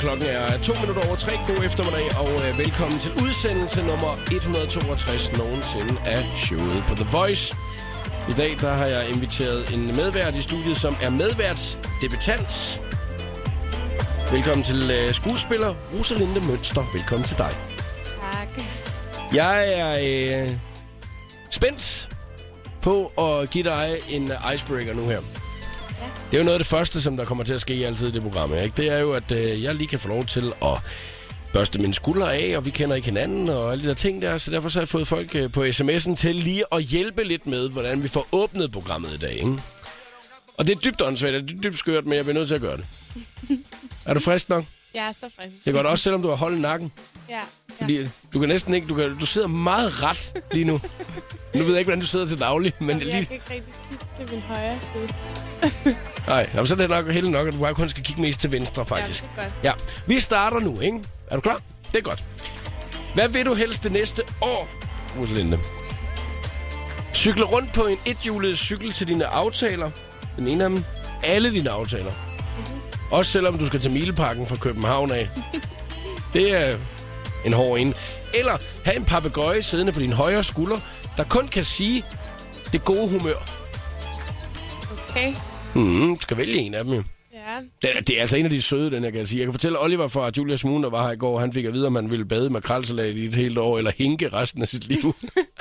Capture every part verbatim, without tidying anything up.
klokken er to minutter over tre. God eftermiddag, og øh, velkommen til udsendelse nummer et hundrede og toogtres nogensinde af showet på The Voice. I dag der har jeg inviteret en medvært i studiet, som er medværtsdebutant. Velkommen til øh, skuespiller Rosalinde Mønster. Velkommen til dig. Tak. Jeg er øh, spændt på at give dig en icebreaker nu her. Ja. Det er jo noget af det første, som der kommer til at ske altid i det program, ikke? Det er jo, at øh, jeg lige kan få lov til at børste mine skuldre af, og vi kender ikke hinanden og alle de der ting der, så derfor så har jeg fået folk øh, på sms'en til lige at hjælpe lidt med, hvordan vi får åbnet programmet i dag, ikke? Og det er dybt åndssvagt, det er dybt skørt, men jeg bliver nødt til at gøre det. Er du frisk nok? Jeg er så frisk. Det gør det også, selvom du har holdt nakken. Ja. ja. Fordi du kan næsten ikke, du, kan, du sidder meget ret lige nu. Nu ved jeg ikke, hvordan du sidder til daglig, men Jamen, lige... jeg kan ikke rigtig kigge til min højre side. Nej, jamen, så er det nok heldigt nok, at du bare kun skal kigge mest til venstre, faktisk. Ja, det er godt. Ja, vi starter nu, ikke? Er du klar? Det er godt. Hvad vil du helst det næste år, Rosalinde? Cykle rundt på en ethjulet cykel til dine aftaler. Den ene af dem. Alle dine aftaler. Mm-hmm. Også selvom du skal til Mileparken fra København af. Det er en hård en. Eller have en papegøje siddende på din højre skulder, der kun kan sige det gode humør. Okay. Mm, du skal vælge en af dem, jo. Ja. Det er, det er altså en af de søde, den jeg kan sige. Jeg kan fortælle, Oliver fra Julias Moon, der var her i går, han fik at vide, om han ville bade med makrelsalat i et helt år, eller hinke resten af sit liv.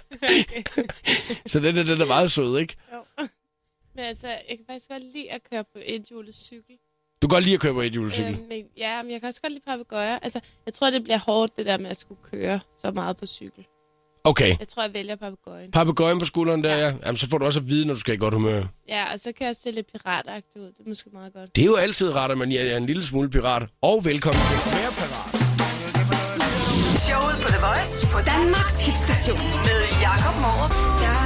Så det er den er meget sød, ikke? Jo. Men altså, jeg kan faktisk godt lide at køre på et hjulet cykel. Du kan godt lide at køre på et hjulet cykel? Øh, men, ja, men jeg kan også godt lide papegøjer. Altså, jeg tror, det bliver hårdt, det der med at skulle køre så meget på cykel. Okay. Jeg tror, jeg vælger papegøjen. Papegøjen på skulderen der, ja. Ja. Jamen, så får du også at vide, når du skal i godt humør. Ja, og så kan jeg se lidt piratagtigt ud. Det er måske meget godt. Det er jo altid rart, at man er en lille smule pirat. Og velkommen til mere pirat. Showet på The Voice på Danmarks hitstation med Jakob Morup.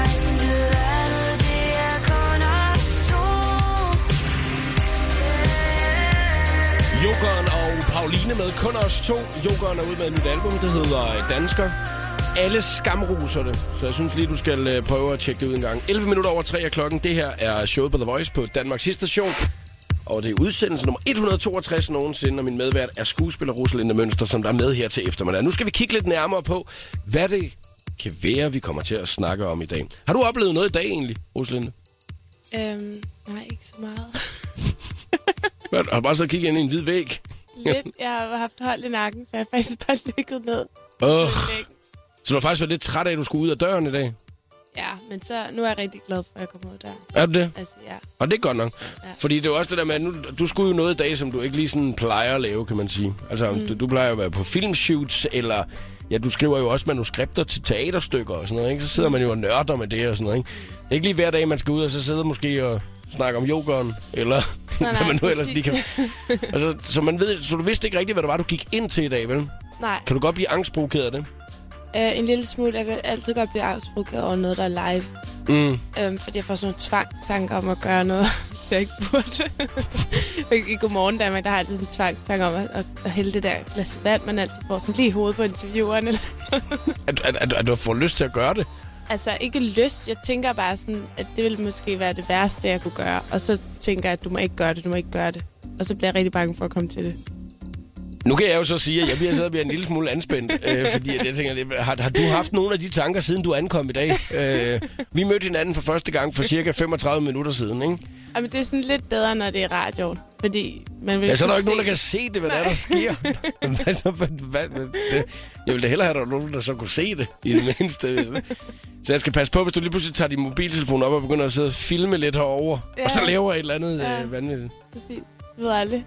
Jokeren og Pauline med kun os to. Jokeren er ude med et nyt album, det hedder Dansker. Alle skamruser det, så jeg synes lige, du skal prøve at tjekke det ud en gang. elleve minutter over tre af klokken. Det her er showet på The Voice på Danmarks hitstation. Og det er udsendelse nummer et hundrede og toogtres nogensinde, og min medvært er skuespiller Rosalinde Mønster, som der er med her til eftermiddag. Nu skal vi kigge lidt nærmere på, hvad det kan være, vi kommer til at snakke om i dag. Har du oplevet noget i dag egentlig, Rosalinde? Øhm, nej, ikke så meget. Hvad, har du bare så kigget ind i en hvid væg? Lidt. Jeg har haft hold i nakken, så jeg har faktisk bare ligget ned. Ugh. Så du har faktisk været lidt træt af, at du skulle ud af døren i dag? Ja, men så nu er jeg rigtig glad for, at jeg kommer ud der. Er du det? Altså, ja. Og det er godt nok. Ja. Fordi det er jo også det der med, at nu, du skulle jo noget i dag, som du ikke lige sådan plejer at lave, kan man sige. Altså, mm. du, du plejer at være på filmshoots, eller... Ja, du skriver jo også manuskripter til teaterstykker og sådan noget, ikke? Så sidder man jo og nørder med det og sådan noget, ikke? Det er ikke lige hver dag, man skal ud og så sidde måske og snakke om yogeren, eller nej, nej, man nu ellers lige kan... Altså, så, man ved, så du vidste ikke rigtigt, hvad det var, du gik ind til i dag, vel? Nej. Kan du godt blive angstprovokeret af det? Uh, en lille smule. Jeg kan altid godt blive angstprovokeret over noget, der er live. Mm. Um, fordi jeg får sådan nogle tvangstanker om at gøre noget, jeg ikke burde. I Godmorgen Danmark, der har jeg altid sådan en tvangstanke om at, at, at hælde det der glas vand, man altid får sådan lige i hovedet på intervieweren. Eller at, at, at, at du får lyst til at gøre det? Altså, ikke lyst. Jeg tænker bare sådan, at det ville måske være det værste, jeg kunne gøre. Og så tænker jeg, at du må ikke gøre det, du må ikke gøre det. Og så bliver jeg rigtig bange for at komme til det. Nu kan jeg jo så sige, at jeg bliver, så bliver en lille smule anspændt, øh, fordi at jeg tænker, har, har du haft nogle af de tanker, siden du ankom i dag? Øh, vi mødte hinanden for første gang for cirka femogtredive minutter siden, ikke? Jamen, det er sådan lidt bedre, når det er radioen, fordi man vil... Ja, så er der jo ikke nogen, der kan se det, hvad der, der sker. hvad så, hvad, hvad, det, jeg ville da hellere have, der nogen, der så kunne se det, i det mindste. Så jeg skal passe på, hvis du lige pludselig tager din mobiltelefon op og begynder at sidde og filme lidt herovre, ja. Og så laver et eller andet ja. øh, vanvittigt. Præcis. Jeg ved aldrig.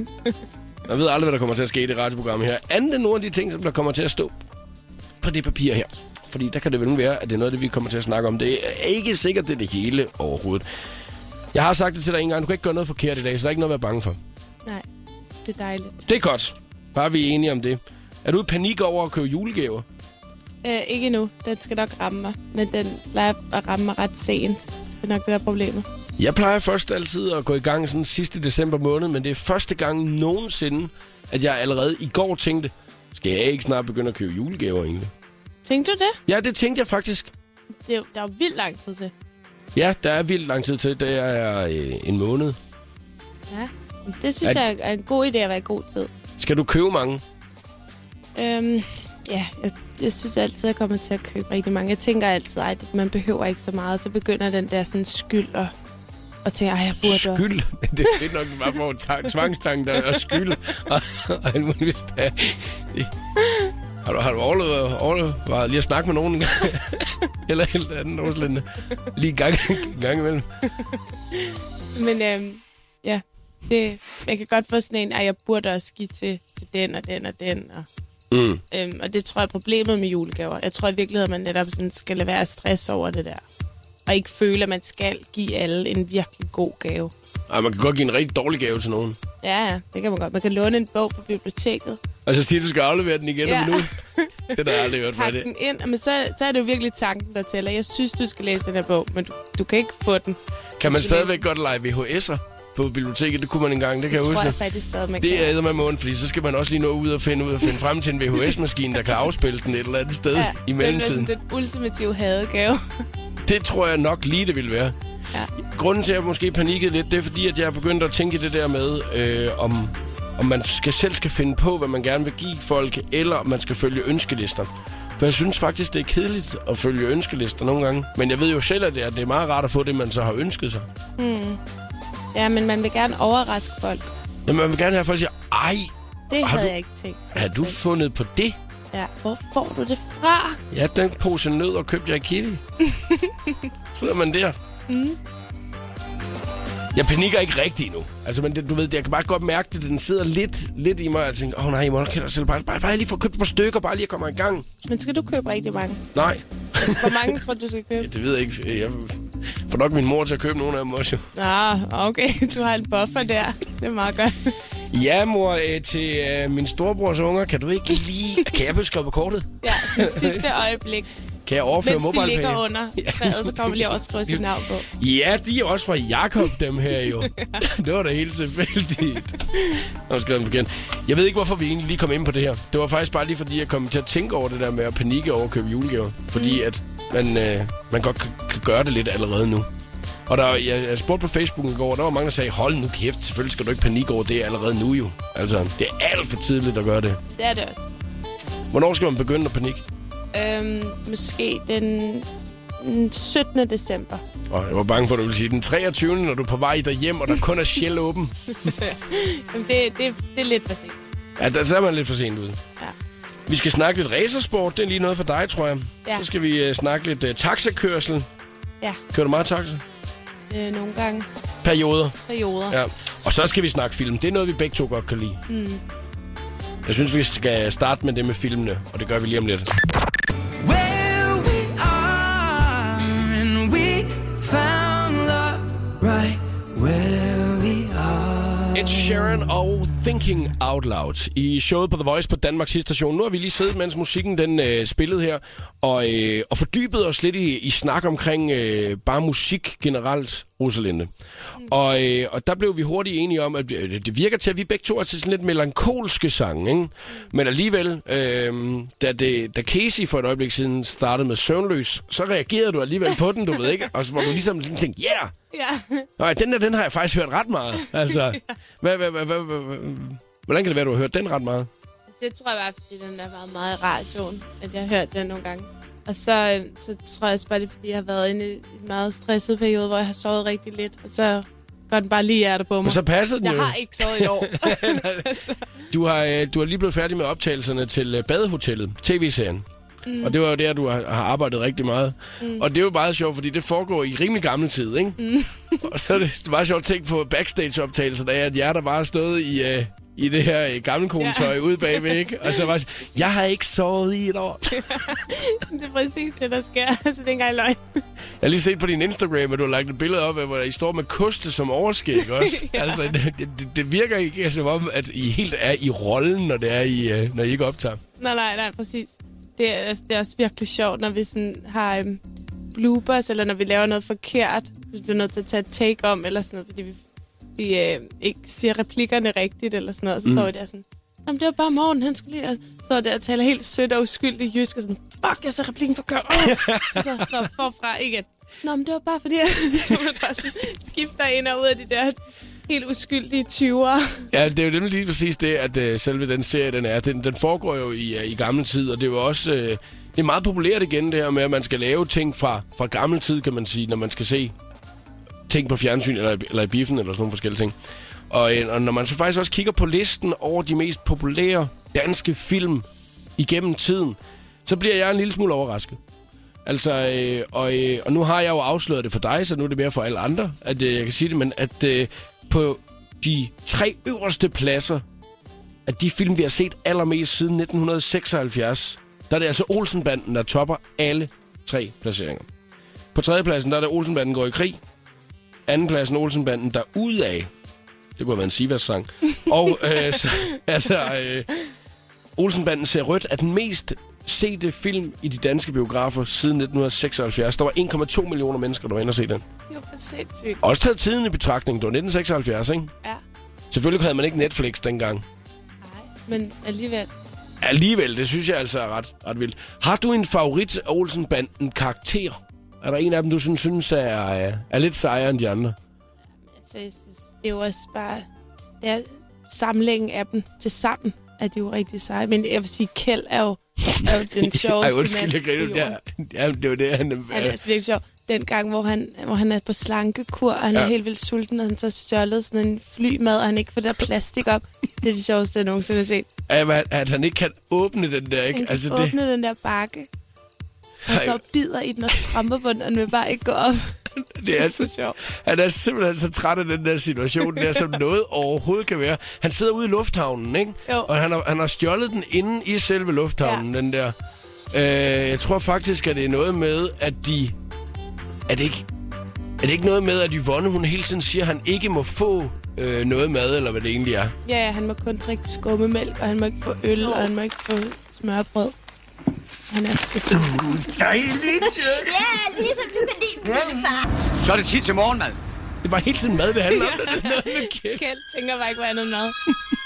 Jeg ved aldrig, hvad der kommer til at ske i det radioprogram her. Andet end nogle af de ting, som der kommer til at stå på det papir her. Fordi der kan det vel være, at det er noget af det, vi kommer til at snakke om. Det er ikke sikkert, det er det hele overhovedet. Jeg har sagt det til dig en gang. Du kan ikke gøre noget forkert i dag, så der er ikke noget at være bange for. Nej, det er dejligt. Det er godt. Bare vi er enige om det. Er du i panik over at købe julegaver? Øh, ikke nu. Den skal nok ramme mig. Men den plejer at ramme mig ret sent. Det er nok det der problemet. Jeg plejer først altid at gå i gang sådan sidste december måned, men det er første gang nogensinde, at jeg allerede i går tænkte, skal jeg ikke snart begynde at købe julegaver egentlig? Tænkte du det? Ja, det tænkte jeg faktisk. Det er jo, der er jo vildt lang tid til. Ja, der er vildt lang tid til. Det er øh, en måned. Ja, det synes at... jeg er en god idé at være i god tid. Skal du købe mange? Øhm, ja, jeg, jeg synes altid, at jeg kommer til at købe rigtig mange. Jeg tænker altid, at man behøver ikke så meget. Så begynder den der sådan skyld og, og tænker, at jeg burde Skyld? også. Det er fedt nok, at man får ta- tvangstanken, der er skyld. og, og alt muligt. Har du, har du overlevet, overlevet lige at snakke med nogen en gang? Eller et eller andet Rosalinde? Lige en gang, en gang imellem. Men øhm, ja, det, jeg kan godt få sådan en, at jeg burde også give til, til den og den og den. Og, Mm. øhm, og det tror jeg er problemet med julegaver. Jeg tror i virkeligheden, at man netop sådan skal lade være stress over det der. Og ikke føle, at man skal give alle en virkelig god gave. Ej, man kan godt give en rigtig dårlig gave til nogen. Ja, ja, det kan man godt. Man kan låne en bog på biblioteket. Og så siger du, skal aflevere den igen Ja. om nu. Det har jeg aldrig hørt fra Pak det. den ind, men så, så er det jo virkelig tanken, der tæller. Jeg synes, du skal læse den her bog, men du, du kan ikke få den. Kan man Du skal stadigvæk godt lege V H S'er på biblioteket? Det kunne man engang, det kan Det jeg tror jeg huske. faktisk stadig, man Det kan. er æder med måden, fordi så skal man også lige nå ud og finde ud og finde frem til en V H S-maskine, der kan afspille den et eller andet sted Ja, i mellemtiden. Det er den ultimative hadegave. Det tror jeg nok lige, det ville være. Ja. Grunden til, at jeg måske panikkede lidt, det er fordi, at jeg er begyndt at tænke det der med, øh, om, om man skal selv skal finde på, hvad man gerne vil give folk, eller om man skal følge ønskelister. For jeg synes faktisk, det er kedeligt at følge ønskelister nogle gange. Men jeg ved jo selv, at det er, det er meget rart at få det, man så har ønsket sig. Hmm. Ja, men man vil gerne overraske folk. Men man vil gerne have, at folk siger, ej, Det Har havde du- jeg ikke tænkt. har du fundet på det? Ja, hvor får du det fra? Ja, den pose nødder købte jeg i Kitty. Sidder man der. Mm. Jeg panikker ikke rigtigt nu. Altså, men det, du ved, jeg kan bare godt mærke det. Den sidder lidt, lidt i mig. Jeg tænker, åh oh, nej, jeg må nok hellere selv bare, bare, bare lige få købt et par stykker, bare lige at komme i gang. Men skal du købe rigtig mange? Nej, Hvor mange tror du, du skal ja, købe? det ved jeg ikke. Jeg får nok min mor til at købe nogle af dem også. Jo. Ah, okay. Du har en buffer der. Det er meget godt. Ja, mor, øh, til øh, min storebrors unger, kan du ikke lige... Kan jeg blive skrevet på kortet? Ja, sådan sidste øjeblik. Kan jeg overføre Mens de MobilePay? ligger under træet, så kommer vi lige også skrive sit navn på. Ja, de er også fra Jakob, dem her jo. Det var da helt tilfældigt. Nå, skal jeg igen. Jeg ved ikke, hvorfor vi egentlig lige kom ind på det her. Det var faktisk bare lige fordi, jeg kom til at tænke over det der med at panikke over at købe julegaver. Fordi at man, øh, man godt kan, kan gøre det lidt allerede nu. Og der, jeg, jeg spurgte på Facebook i går, og der var mange, der sagde, hold nu kæft, selvfølgelig skal du ikke panikke over det allerede nu jo. Altså, det er alt for tidligt at gøre det. Det er det også. Hvornår skal man begynde at panikke? Øhm, måske den den syttende december. Og jeg var bange for, at du ville sige den treogtyvende når du er på vej derhjem, og der kun er Shell åben. Jamen, det, det, det er lidt for sent. Ja, der så er man lidt for sent ude. Ja. Vi skal snakke lidt racersport. Det er lige noget for dig, tror jeg. Ja. Så skal vi uh, snakke lidt uh, taxakørsel. Ja, Kører du meget taxa? øh, nogle gange Perioder. perioder. Ja. Og så skal vi snakke film. Det er noget, vi begge to godt kan lide. Mm. Jeg synes, vi skal starte med det med filmene, og det gør vi lige om lidt. Where we are, and we found love right where we are. Ed Sheeran og Thinking Out Loud i showet på The Voice på Danmarks station. Nu har vi lige siddet, mens musikken den øh, spillede her, og, øh, og fordybet os lidt i, i snak omkring øh, bare musik generelt, Rosalinde. Mm. Og, øh, og der blev vi hurtigt enige om, at øh, det virker til, at vi begge to er til sådan lidt melankolske sange, ikke? Men alligevel, øh, da, det, da Casey for et øjeblik siden startede med Søvnløs, så reagerede du alligevel på den, du ved ikke? Og så var du ligesom sådan tænkt, yeah! Ja. Nej, den der, den har jeg faktisk hørt ret meget. Altså, hvad, hvad, hvad, hvad, hvad, hvordan kan det være, du har hørt den ret meget? Det tror jeg bare, fordi den er været meget i radioen, at jeg har hørt den nogle gange. Og så, øh, så tror jeg også bare, det er, fordi jeg har været inde i en meget stresset periode, hvor jeg har sovet rigtig lidt. Og så går den bare lige hjertet på mig. Men så passede den Jeg jo. har ikke sovet i et år. Altså. Du har, øh, du har lige blevet færdig med optagelserne til øh, Badehotellet, tv-serien. Mm. Og det var jo der, du har, har arbejdet rigtig meget. Mm. Og det er jo meget sjovt, fordi det foregår i rimelig gammel tid, ikke? Mm. Og så er det meget sjovt at tænke på backstage-optagelserne af, at jer, der bare har stået i, øh, i det her øh, gamle konetøj ja. ude bagved, ikke? Og så var jeg, jeg har ikke sovet i et år. Det er præcis det, der sker. Altså, det er ikke engang løgn. Jeg har lige set på din Instagram, at du har lagt et billede op af, hvor I står med koste som overskæg også. Ja. Altså, det, det, det virker ikke som om, at I helt er i rollen, når, det er I, øh, når I ikke optager. Nej, nej, nej, præcis. Det er, altså, det er også virkelig sjovt, når vi sådan har øhm, bloopers, eller når vi laver noget forkert. Vi bliver nødt til at tage et take om, eller sådan noget, fordi vi, vi øh, ikke siger replikkerne rigtigt, eller sådan noget. Og så mm. står vi der sådan, jamen det var bare Morten, han skulle lige... Og står der og taler helt sødt og uskyldigt jysk, og sådan, fuck, jeg så replikken forkert. Oh! Og så nå, forfra igen. Nå, men det var bare fordi, jeg så man bare sådan, skifter ind og ud af de der helt uskyldige tyvere. Ja, det er jo nemlig lige præcis det, at øh, selve den serie, den er. Den, den foregår jo i, i gammel tid, og det er jo også... Øh, det er meget populært igen, det her med, at man skal lave ting fra, fra gammel tid, kan man sige, når man skal se ting på fjernsyn, eller, eller i biffen, eller sådan nogle forskellige ting. Og, øh, og når man så faktisk også kigger på listen over de mest populære danske film igennem tiden, så bliver jeg en lille smule overrasket. Altså, øh, og, øh, og nu har jeg jo afsløret det for dig, så nu er det mere for alle andre, at øh, jeg kan sige det, men at øh, på de tre øverste pladser af de film, vi har set allermest siden nitten seksoghalvfjerds, der er det altså Olsenbanden, der topper alle tre placeringer. På tredjepladsen, der er det Olsenbanden går i krig. Andenpladsen, Olsenbanden der udad. Det kunne have været en Sivas-sang. Og øh, så, altså, øh, Olsenbanden ser rødt er den mest sete film i de danske biografer siden nitten seksoghalvfjerds. Der var en komma to millioner mennesker, der var inde og se den. Det var for sindssygt. Også taget tiden i betragtning. Det var nitten seksoghalvfjerds, ikke? Ja. Selvfølgelig havde man ikke Netflix dengang. Nej, men alligevel. Alligevel, det synes jeg altså er ret, ret vildt. Har du en favorit af Olsenbanden-karakter? Er der en af dem, du synes, synes er, er lidt sejere end de andre? Altså, jeg synes, det er jo også bare... Det er samlingen af dem til sammen, er de jo rigtig seje. Men jeg vil sige, Kjeld er jo, er jo den sjoveste Ej, undskyld, mand. jeg griner. Ja, ja, det var det, han... Han er altså virkelig sjov. Den gang, hvor han, hvor han er på slankekur, og han ja. er helt vildt sulten, og han så stjålet sådan en flymad, og han ikke får det der plastik op. Det er det sjoveste, jeg nogensinde har set. At, at han ikke kan åbne den der, ikke? Han kan altså, åbne det... den der bakke. Han så bider i den og tramper på den, og den vil bare ikke gå op. Det er så sjovt. Han er simpelthen så træt af den der situation, der som noget overhovedet kan være. Han sidder ude i lufthavnen, ikke? Jo. Og han har, han har stjålet den inde i selve lufthavnen, ja. den der. Øh, jeg tror faktisk, at det er noget med, at de... Er det ikke, er det ikke noget med, at Yvonne, hun hele tiden siger, at han ikke må få øh, noget mad, eller hvad det egentlig er? Ja, ja, han må kun drikke skummemælk, og han må ikke få øl, og han må ikke få smørbrød. Han er så sød. Dejligt. Ja, ligesom du kan lide den, far. Så er det tid til morgenmad. Det var hele tiden mad, det handler om. Det er noget med Kjeld. Kjeld tænker bare ikke, hvad andet mad.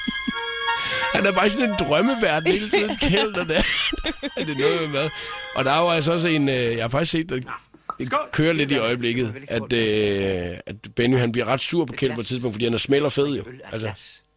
Han er bare sådan en drømmeverden hele tiden, Kjeld, og det er det noget med mad. Og der er jo altså også en, øh, jeg har faktisk set, det, det kører lidt i øjeblikket, at, øh, at Benny, han bliver ret sur på Kjeld på et tidspunkt, fordi han er smäl og fed jo. Altså.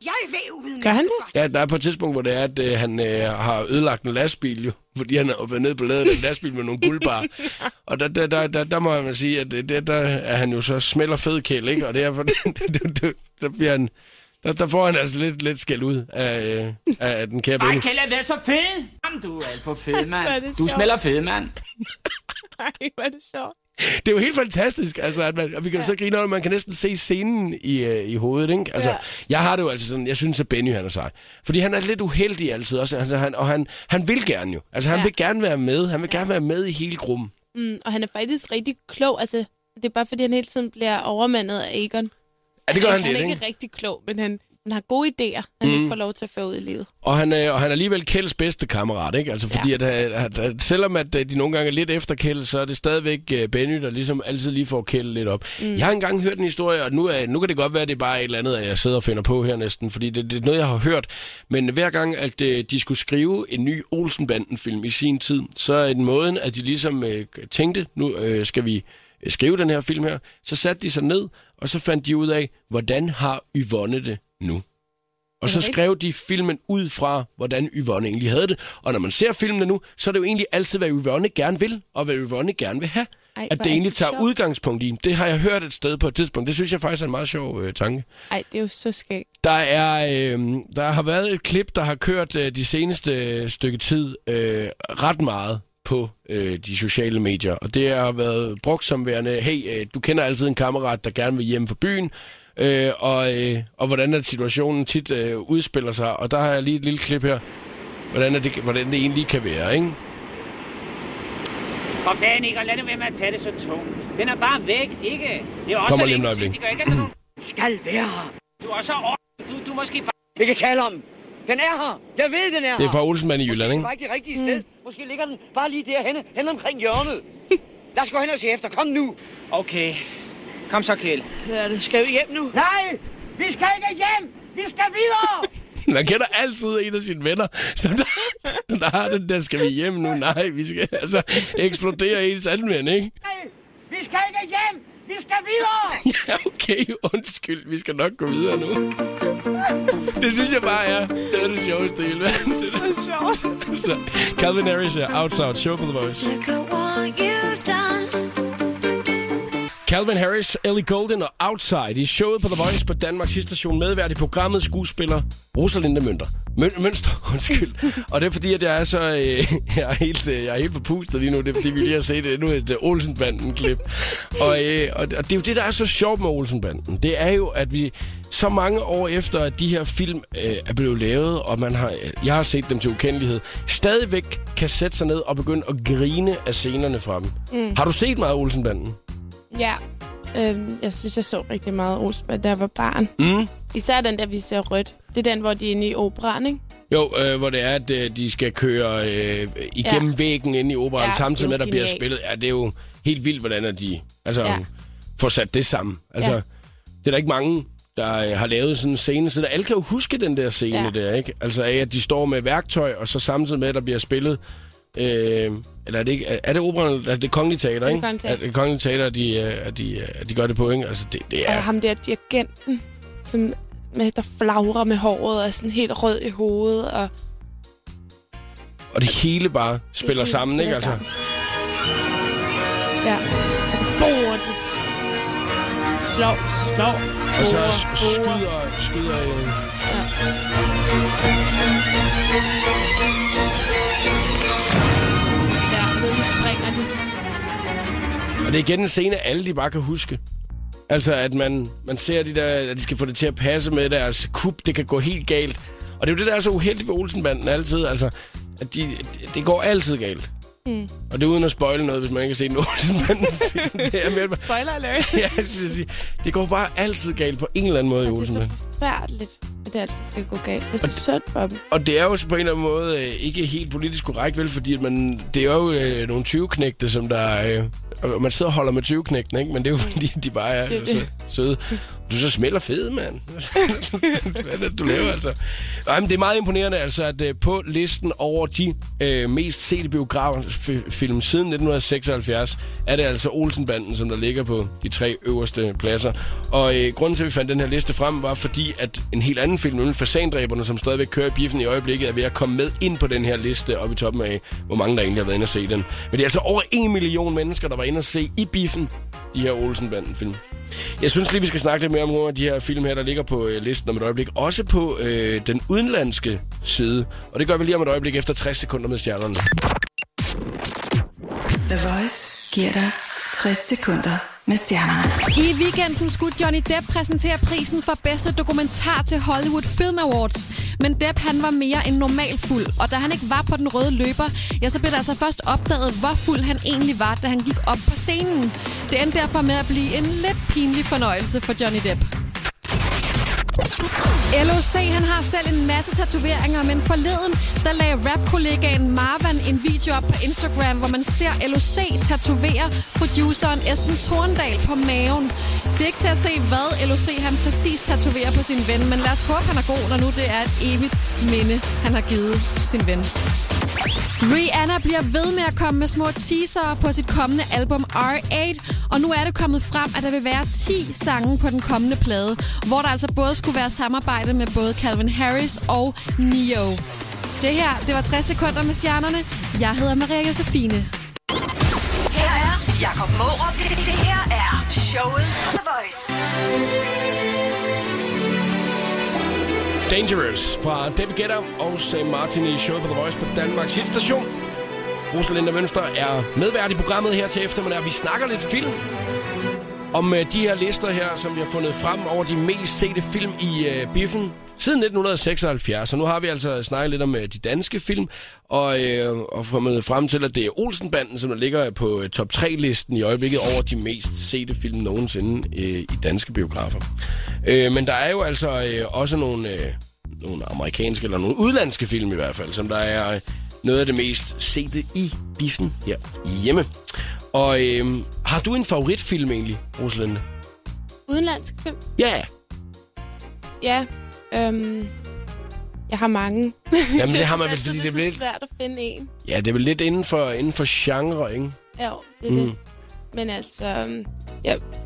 Gør han det? Ja, der er på et tidspunkt, hvor det er, at øh, han øh, har ødelagt en lastbil jo, fordi han har været nede på ladet af en lastbil med nogle guldbar. Og der, der, der, der, der må man sige, at der, der er han jo så smäl og fed Kjeld, ikke? Og derfor, der, bliver han, der, der får han altså lidt, lidt skæld ud af, af, af den kære Benny. Ej, Kjeld er så fed. Jamen, du er alt for fed, mand. Du smelter fed, mand. Ej, hvor er det sjovt. Det er jo helt fantastisk, altså, at man, og vi kan ja. så grine om, at man kan næsten se scenen i, uh, i hovedet, ikke? Altså, ja. jeg har det jo altså sådan, jeg synes, at Benny, han er sej. Fordi han er lidt uheldig altid også, altså, han, og han, han vil gerne jo. Altså, han ja. vil gerne være med, han vil ja. gerne være med i hele gruppen. Mm, og han er faktisk rigtig klog, altså, det er bare fordi, han hele tiden bliver overmandet af Egon. Ja, det gør han, han lidt, ikke. Han er ikke rigtig klog, men han... Han har gode idéer, han mm. ikke får lov til at få ud i livet. Og han, øh, og han er alligevel Kjelds bedste kammerat, ikke? Altså fordi, ja. at, at, at selvom at de nogle gange er lidt efter Kjeld, så er det stadigvæk uh, Benny, der ligesom altid lige får Kjeld lidt op. Mm. Jeg har engang hørt en historie, og nu, er, nu kan det godt være, at det er bare et eller andet, at jeg sidder og finder på her næsten, fordi det, det er noget, jeg har hørt. Men hver gang, at uh, de skulle skrive en ny Olsenbanden-film i sin tid, så er den måden, at de ligesom uh, tænkte, nu uh, skal vi uh, skrive den her film her, så satte de sig ned, og så fandt de ud af, hvordan har Yvonne det nu? Og så skrev de filmen ud fra, hvordan Yvonne egentlig havde det. Og når man ser filmene nu, så er det jo egentlig altid, hvad Yvonne gerne vil, og hvad Yvonne gerne vil have. Ej, at det egentlig tager sjov. udgangspunkt i. Det har jeg hørt et sted på et tidspunkt. Det synes jeg faktisk er en meget sjov øh, tanke. Ej, det er jo så skægt. Der, er, øh, der har været et klip, der har kørt øh, de seneste øh, stykke tid øh, ret meget på øh, de sociale medier. Og det har været brugt som værende, hey, øh, du kender altid en kammerat, der gerne vil hjem fra byen. Øh, og, øh, og hvordan at situationen tit øh, udspiller sig. Og der har jeg lige et lille klip her, hvordan, det, hvordan det egentlig kan være, ikke? For fanden ikke, og lad det være med at tage det så tungt. Den er bare væk, ikke? Det er også kommer lige en øjeblik. Det gør ikke, at nogen skal være her. Du er også du, du måske bare... Vi kan tale om den. Den er her. Jeg ved, den er her. Det er fra Olsenbanden i Jylland, ikke? Det er ikke det rigtige sted. Mm. Måske ligger den bare lige derhenne, hen omkring hjørnet. Lad os gå hen og se efter. Kom nu. Okay. Kom så, Kjeld. Hvad er det? Skal vi hjem nu? Nej! Vi skal ikke hjem! Vi skal videre! Man kender altid en af sine venner, som der, der har den der, skal vi hjem nu? Nej, vi skal altså eksplodere ens anden ven, ikke? Nej! Vi skal ikke hjem! Vi skal videre! Ja, okay. Undskyld. Vi skal nok gå videre nu. Det synes jeg bare er det, er det sjoveste i hele verden. Så sjovt. Altså, Calvin Harris er Outside, show for The Voice. Look at what you've done. Calvin Harris, Ellie Goulding og Outside i showet på The Voice på Danmarks Hitstation. Medvært i programmet skuespiller Rosalinda Mønster. Møn- Mønster, undskyld. Og det er fordi, at jeg er så øh, jeg er helt, øh, jeg er helt forpustet lige nu. Det er fordi, vi lige har set endnu et uh, Olsenbanden-klip. Og, øh, og, og det er jo det, der er så sjovt med Olsenbanden. Det er jo, at vi så mange år efter, at de her film øh, er blevet lavet, og man har, jeg har set dem til ukendelighed, stadigvæk kan sætte sig ned og begynde at grine af scenerne fra dem. Mm. Har du set meget Olsenbanden? Ja, øhm, jeg synes, jeg så rigtig meget Olsenbanden, da jeg var barn. Mm. Især den der, vi ser rødt. Det er den, hvor de er inde i operaen, ikke? Jo, øh, hvor det er, at øh, de skal køre øh, igennem ja. væggen inde i operaen, ja, samtidig med, at der bliver spillet. Ja, det er jo helt vildt, hvordan at de altså, ja. får sat det sammen. Altså, ja. Det er der ikke mange, der øh, har lavet sådan en scene. Så der, alle kan jo huske den der scene ja. der, ikke? Altså af, at de står med værktøj, og så samtidig med, at der bliver spillet. Øh, eller er det ikke, er det operaen, er det Kongelige Teater, ikke? Er det Kongelige Teater, at de, at de, at de gør det på, ikke? Altså, det, det er... Og ham der dirigenten, som med, der flagrer med håret og er sådan helt rød i hovedet. Og, og det hele bare spiller hele sammen, spiller ikke? Altså. Sammen. Ja, og så borer de. Slår, slår. Og så borer, skyder, skyder... Øh. Ja. Springer de. Og det er igen en scene, alle de bare kan huske. Altså, at man, man ser de der, at de skal få det til at passe med deres kup, det kan gå helt galt. Og det er jo det, der er så uheldigt ved Olsenbanden altid, altså, at de, det går altid galt. Mm. Og det er uden at spoile noget, hvis man ikke har set en Olsenbanden-film. Det er mere... Spoiler alert. Ja, jeg skal sige, det går bare altid galt på en eller anden måde i Olsenbanden. Det er så forfærdeligt, at det altid skal gå galt. Det er så synd for dem. Og det er jo på en eller anden måde øh, ikke helt politisk korrekt, vel? Fordi at man, det er jo øh, nogle tyveknægte, som der... Øh, og man sidder og holder med tyveknægten, ikke? Men det er jo fordi, de bare er det, så søde. Du så smelter fed, mand. Hvad er det, du laver, altså? Ej, men det er meget imponerende, altså, at øh, på listen over de øh, mest sete biograffilm siden nitten seksoghalvfjerds, er det altså Olsenbanden, som der ligger på de tre øverste pladser. Og øh, grunden til, at vi fandt den her liste frem, var fordi, at en helt anden film, nemlig Fasandræberne, som stadigvæk kører i biffen i øjeblikket, er ved at komme med ind på den her liste, oppe i toppen af, hvor mange der egentlig har været inde og se den. Men det er altså over en million mennesker, der var inde og se i biffen de her Olsenbanden-film. Jeg synes lige, vi skal snakke lidt mere om nogle af de her film her, der ligger på øh, listen om et øjeblik. Også på øh, den udenlandske side. Og det gør vi lige om et øjeblik efter tres sekunder med stjernerne. The Voice giver dig tres sekunder med stjernerne. I weekenden skulle Johnny Depp præsentere prisen for bedste dokumentar til Hollywood Film Awards. Men Depp, han var mere end normal fuld. Og da han ikke var på den røde løber, ja, så blev der altså først opdaget, hvor fuld han egentlig var, da han gik op på scenen. Det endte derfor med at blive en lidt pinlig fornøjelse for Johnny Depp. L O C, han har selv en masse tatoveringer, men forleden, der lagde rap-kollegaen Marvan en video op på Instagram, hvor man ser L O C tatovere produceren Esben Torndal på maven. Det er ikke til at se, hvad L O C han præcis tatoverer på sin ven, men lad os håbe, han er god, når nu det er et evigt minde, han har givet sin ven. Rihanna bliver ved med at komme med små teasere på sit kommende album R otte, og nu er det kommet frem, at der vil være ti sange på den kommende plade, hvor der altså både skulle være samarbejde med både Calvin Harris og Neo. Det her, det var tres sekunder med stjernerne. Jeg hedder Maria Josefine. Her er Jakob Mårup. Det, det her er showet på The Voice. Dangerous fra David Guetta og Sam Martin i showet på The Voice på Danmarks Hitstation. Rosalinda Mønster er medvært i programmet her til eftermiddag. Vi snakker lidt film om uh, de her lister her, som vi har fundet frem over de mest sete film i uh, biffen siden nitten seksoghalvfjerds. Og nu har vi altså snakket lidt om uh, de danske film, og, uh, og fundet frem til, at det er Olsenbanden, som der ligger på uh, top tre-listen i øjeblikket over de mest sete film nogensinde uh, i danske biografer. Uh, men der er jo altså uh, også nogle, uh, nogle amerikanske, eller nogle udlandske film i hvert fald, som der er uh, noget af det mest sete i biffen her hjemme. Og øh, har du en favoritfilm egentlig, Rosalinda? Udenlandsk film? Ja. Yeah. Ja, øhm, jeg har mange. Jamen det har man vel, fordi det er, det er lidt svært at finde en. Ja, det er vel lidt inden for, inden for genre, ikke? Ja, det er mm. det. Men altså, ja,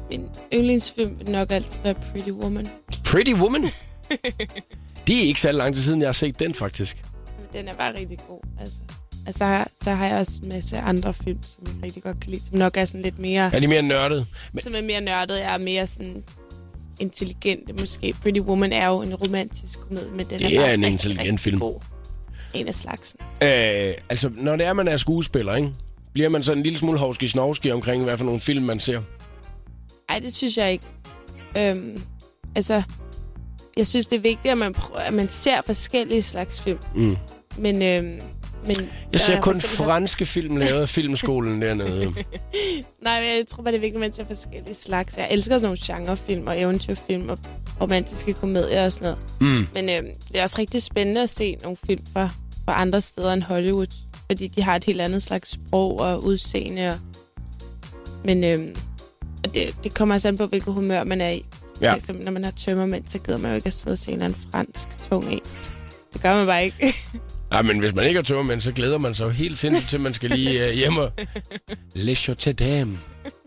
min yndlingsfilm vil nok altid være Pretty Woman. Pretty Woman? Det er ikke så lang tid siden, jeg har set den, faktisk. Men den er bare rigtig god. Altså, altså så har jeg også en masse andre film, som jeg rigtig godt kan lide, som nok er sådan lidt mere... Er de mere nørdet? Men... Som er mere nørdet, er mere sådan intelligente måske. Pretty Woman er jo en romantisk komedie, men den det er, er bare en rigtig, intelligent rigtig film. God. En af slagsen. Øh, altså, når det er, man er skuespiller, ikke? Bliver man så en lille smule hovski-snovski omkring, hvad for nogle film man ser? Nej, det synes jeg ikke. Øhm, altså, jeg synes, det er vigtigt, at man, prøver, at man ser forskellige slags film. Mm. Men, øhm, men... Jeg ser kun eksempel... franske film lavet af filmskolen dernede. Nej, men jeg tror bare, det er vigtigt, at man ser forskellige slags. Jeg elsker sådan nogle genrefilm og eventyrfilm og romantiske komedier og sådan noget. Mm. Men øhm, det er også rigtig spændende at se nogle film fra, fra andre steder end Hollywood. Fordi de har et helt andet slags sprog og udseende. Og... Men øhm, det, det kommer altså an på, hvilket humør man er i. Ja. Altså, når man har tømmermænd, så gider man jo ikke at sidde og se en eller anden fransk tung en. Det gør man bare ikke. Nej, men hvis man ikke har tømmermænd, så glæder man sig jo helt sindssygt til, at man skal lige uh, hjem og... Les Chotte Dame.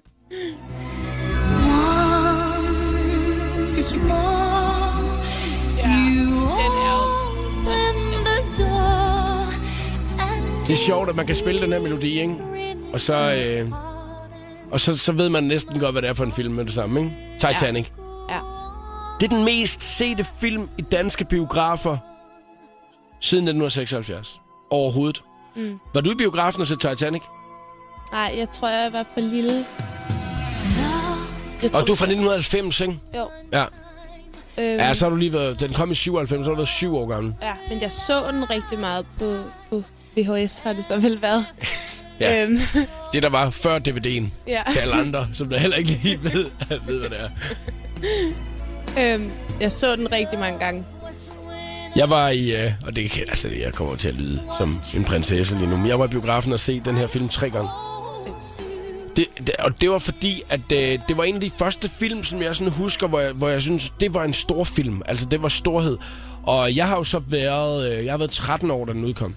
Det er sjovt, at man kan spille den her melodi, ikke? Og så, øh, og så, så ved man næsten godt, hvad det er for en film med det samme, ikke? Titanic. Ja. Ja. Det er den mest sete film i danske biografer siden nitten seksoghalvfjerds. Overhovedet. Mm. Var du i biografen og så Titanic? Nej, jeg tror, jeg var for lille. Jeg og du er fra nitten halvfems, ikke? Jo. Ja. Øhm, ja, så har du lige været... Den kom i syvoghalvfems, så har du været syv år gammel. Ja, men jeg så den rigtig meget på, på V H S, har det så vel været. Ja, øhm. det der var før D V D'en ja. til alle andre, som der heller ikke lige ved, ved hvad det er. øhm, jeg så den rigtig mange gange. Jeg var i... Øh, og det, altså, jeg kommer til at lyde som en prinsesse lige nu, men jeg var i biografen og se den her film tre gange. Det, det, og det var fordi, at øh, det var en af de første film, som jeg sådan husker, hvor jeg, hvor jeg synes, det var en stor film. Altså, det var storhed. Og jeg har jo så været... Øh, jeg har været tretten år, da den udkom.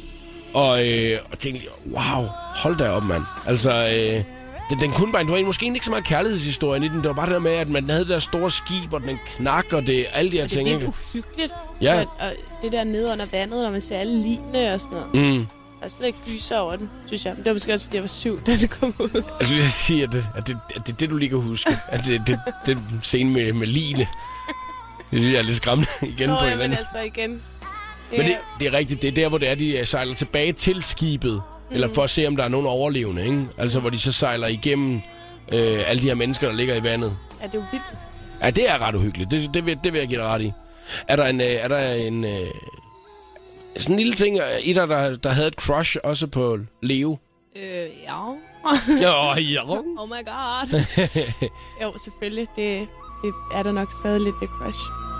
Og, øh, og tænkte, wow, hold da op, mand. Altså, øh, den, den kunne bare... Det var måske ikke så meget kærlighedshistorie i den. Det var bare det der med, at man havde det der store skib, og den knak, og det, alle de her og ting. Det er lidt uhyggeligt. Ja. Og, og det der nede under vandet, når man ser alle lignende og sådan noget. Mm. Der er sådan lidt gyser over den, synes jeg. Men det var måske også, fordi jeg var syv, da det kom ud. Jeg vil sige, at det, at det, at det er det, du lige kan huske. At det, det, det scene med, med line. Det synes jeg er lidt skræmmende igen Nå, på en jamen, anden. altså igen. Men det, det er rigtigt. Det er der, hvor det er, de sejler tilbage til skibet. Mm. Eller for at se, om der er nogen overlevende, ikke? Altså, hvor de så sejler igennem øh, alle de her mennesker, der ligger i vandet. Ja, det er jo vildt. Ja, det er ret uhyggeligt. Det, det, vil, det vil jeg give dig ret i. Er der en... Øh, er der en øh, sådan en lille ting, i der, der, der havde et crush også på Leo? Øh, ja. Ja, ja. Oh my god. Jo, selvfølgelig. Det, det er der nok stadig lidt det crush.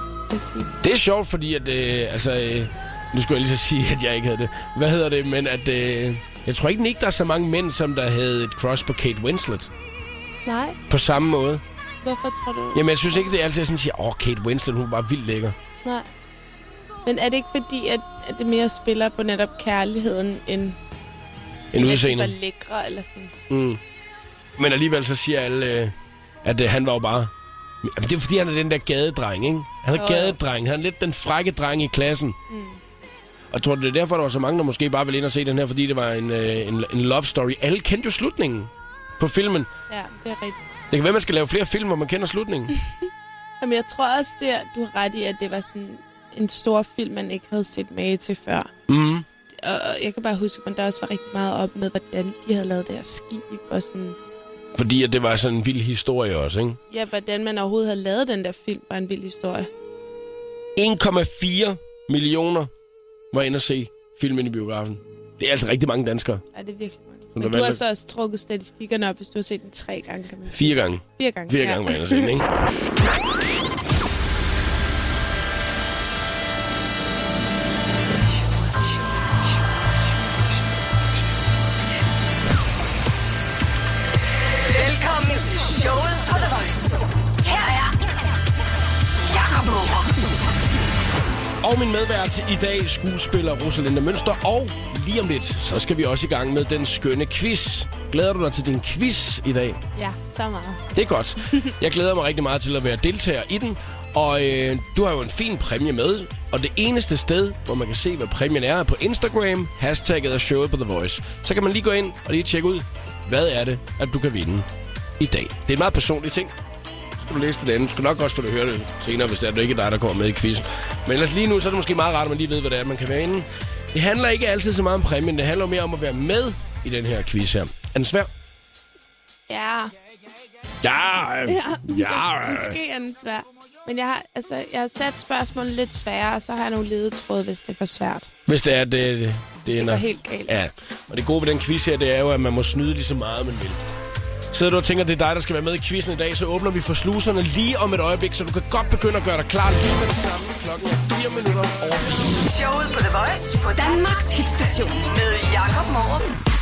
Det er sjovt, fordi at... Øh, altså, øh, nu skulle jeg lige så sige, at jeg ikke havde det. Hvad hedder det? Men at... Øh, jeg tror ikke, der er så mange mænd, som der havde et crush på Kate Winslet. Nej. På samme måde. Hvorfor tror du? Jamen, jeg synes ikke, det er altid sådan at sige, åh, Kate Winslet, hun er bare vildt lækker. Nej. Men er det ikke fordi, at, at det mere spiller på netop kærligheden, end, end udseende? At de var lækre, eller sådan? Mm. Men alligevel så siger alle, øh, at øh, han var jo bare... Det er fordi, han er den der gadedreng, ikke? Han er oh, gadedreng. Han er lidt den frække dreng i klassen. Mm. Og tror du, det er derfor, der var så mange, der måske bare ville ind og se den her, fordi det var en, øh, en, en love story. Alle kendte jo slutningen på filmen. Ja, det er rigtigt. Det kan være, man skal lave flere film, hvor man kender slutningen. Jamen, jeg tror også, det er, du har ret i, at det var sådan en stor film, man ikke havde set med til før. Mm. Og jeg kan bare huske, at der også var rigtig meget op med, hvordan de havde lavet deres skib og sådan... Fordi at det var sådan en vild historie også, ikke? Ja, hvordan man overhovedet havde lavet den der film, var en vild historie. en komma fire millioner var inde at se filmen i biografen. Det er altså rigtig mange danskere. Ja, det er virkelig mange. Som Men du har så også trukket statistikkerne op, hvis du har set den tre gange, kan man sige. Fire gange. Fire gange, Fire ja. gange var jeg inde at se den, ikke? Velkommen til showet på The Voice. Her er Jakob Morup. Og min medvært i dag, skuespiller Rosalinda Mønster. Og lige om lidt, så skal vi også i gang med den skønne quiz. Glæder du dig til din quiz i dag? Ja, så meget. Det er godt. Jeg glæder mig rigtig meget til at være deltager i den. Og øh, du har jo en fin præmie med. Og det eneste sted, hvor man kan se, hvad præmien er, er på Instagram. Hashtagget er showet på The Voice. Så kan man lige gå ind og lige tjekke ud, hvad er det, at du kan vinde i dag. Det er en meget personlig ting. Skal du læse det andet? Du skal nok også få det at høre det senere, hvis det er det ikke er dig, der kommer med i quizzen. Men ellers lige nu, så er det måske meget rart, at man lige ved, hvad det er, man kan vinde. Det handler ikke altid så meget om præmien. Det handler mere om at være med i den her quiz her. Er den svær? Ja. Ja, øh, Ja, ja. måske er den svær. Men jeg har, altså, jeg har sat spørgsmålet lidt sværere, og så har jeg nogle ledetråd, hvis det er for svært. Hvis det er det, det, det, det ender. går helt galt. Ja, og det gode ved den quiz her, det er jo, at man må snyde lige så meget, man vil. Sidder du og tænker, at det er dig, der skal være med i quizzen i dag, så åbner vi for sluserne lige om et øjeblik, så du kan godt begynde at gøre dig klar lige med det samme. Klokken er fire minutter over fire. Showet på The Voice på Danmarks hitstation med Jakob Morup.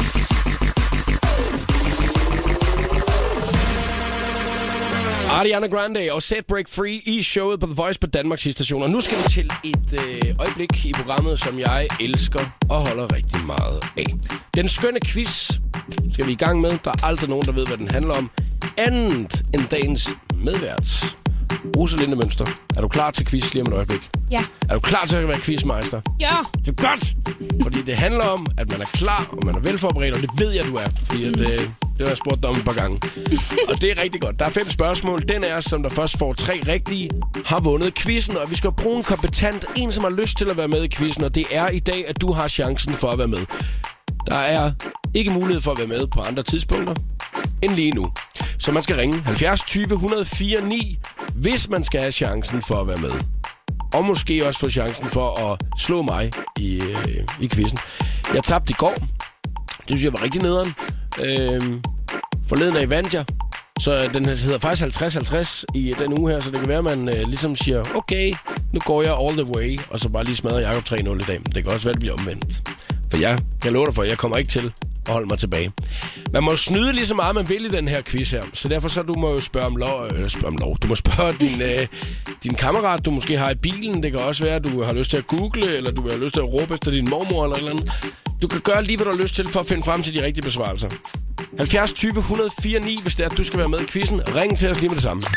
Ariana Grande og Set Break Free i showet på The Voice på Danmarks hitstation. Og nu skal vi til et øh, øjeblik i programmet, som jeg elsker og holder rigtig meget af. Den skønne quiz skal vi i gang med. Der er aldrig nogen, der ved, hvad den handler om. Andet end dagens medvært. Rosalinde Mønster, er du klar til quiz lige om et øjeblik? Ja. Er du klar til at være quizmeister? Ja. Det er godt! Fordi det handler om, at man er klar, og man er velforberedt, og det ved jeg, du er. Fordi at, øh, det har jeg spurgt dig om et par gange. Og det er rigtig godt. Der er fem spørgsmål. Den er, som der først får tre rigtige, har vundet quizzen. Og vi skal bruge en kompetent, en som har lyst til at være med i quizzen. Og det er i dag, at du har chancen for at være med. Der er ikke mulighed for at være med på andre tidspunkter end lige nu. Så man skal ringe halvfjerds tyve et nul fire ni, hvis man skal have chancen for at være med. Og måske også få chancen for at slå mig i, øh, i quizzen. Jeg tabte i går. Det synes jeg var rigtig nederen. Øh, forleden af vandt jeg. Så den hedder faktisk halvtreds halvtreds i den uge her, så det kan være, at man øh, ligesom siger, okay, nu går jeg all the way, og så bare lige smadrer Jakob tre nul i dag. Det kan også være, at det bliver omvendt. For jeg kan love dig for, at jeg kommer ikke til at holde mig tilbage. Man må snyde lige så meget, man vil i den her quiz her. Så derfor så du må jo spørge om lov. Øh, spørge om lov. Du må spørge din, øh, din kammerat, du måske har i bilen. Det kan også være, at du har lyst til at google, eller du har lyst til at råbe efter din mormor eller et eller andet. Du kan gøre lige, hvad du har lyst til, for at finde frem til de rigtige besvarelser. halvfjerds tyve et nul fire ni, hvis det er, at du skal være med i quizzen. Ring til os lige med det samme.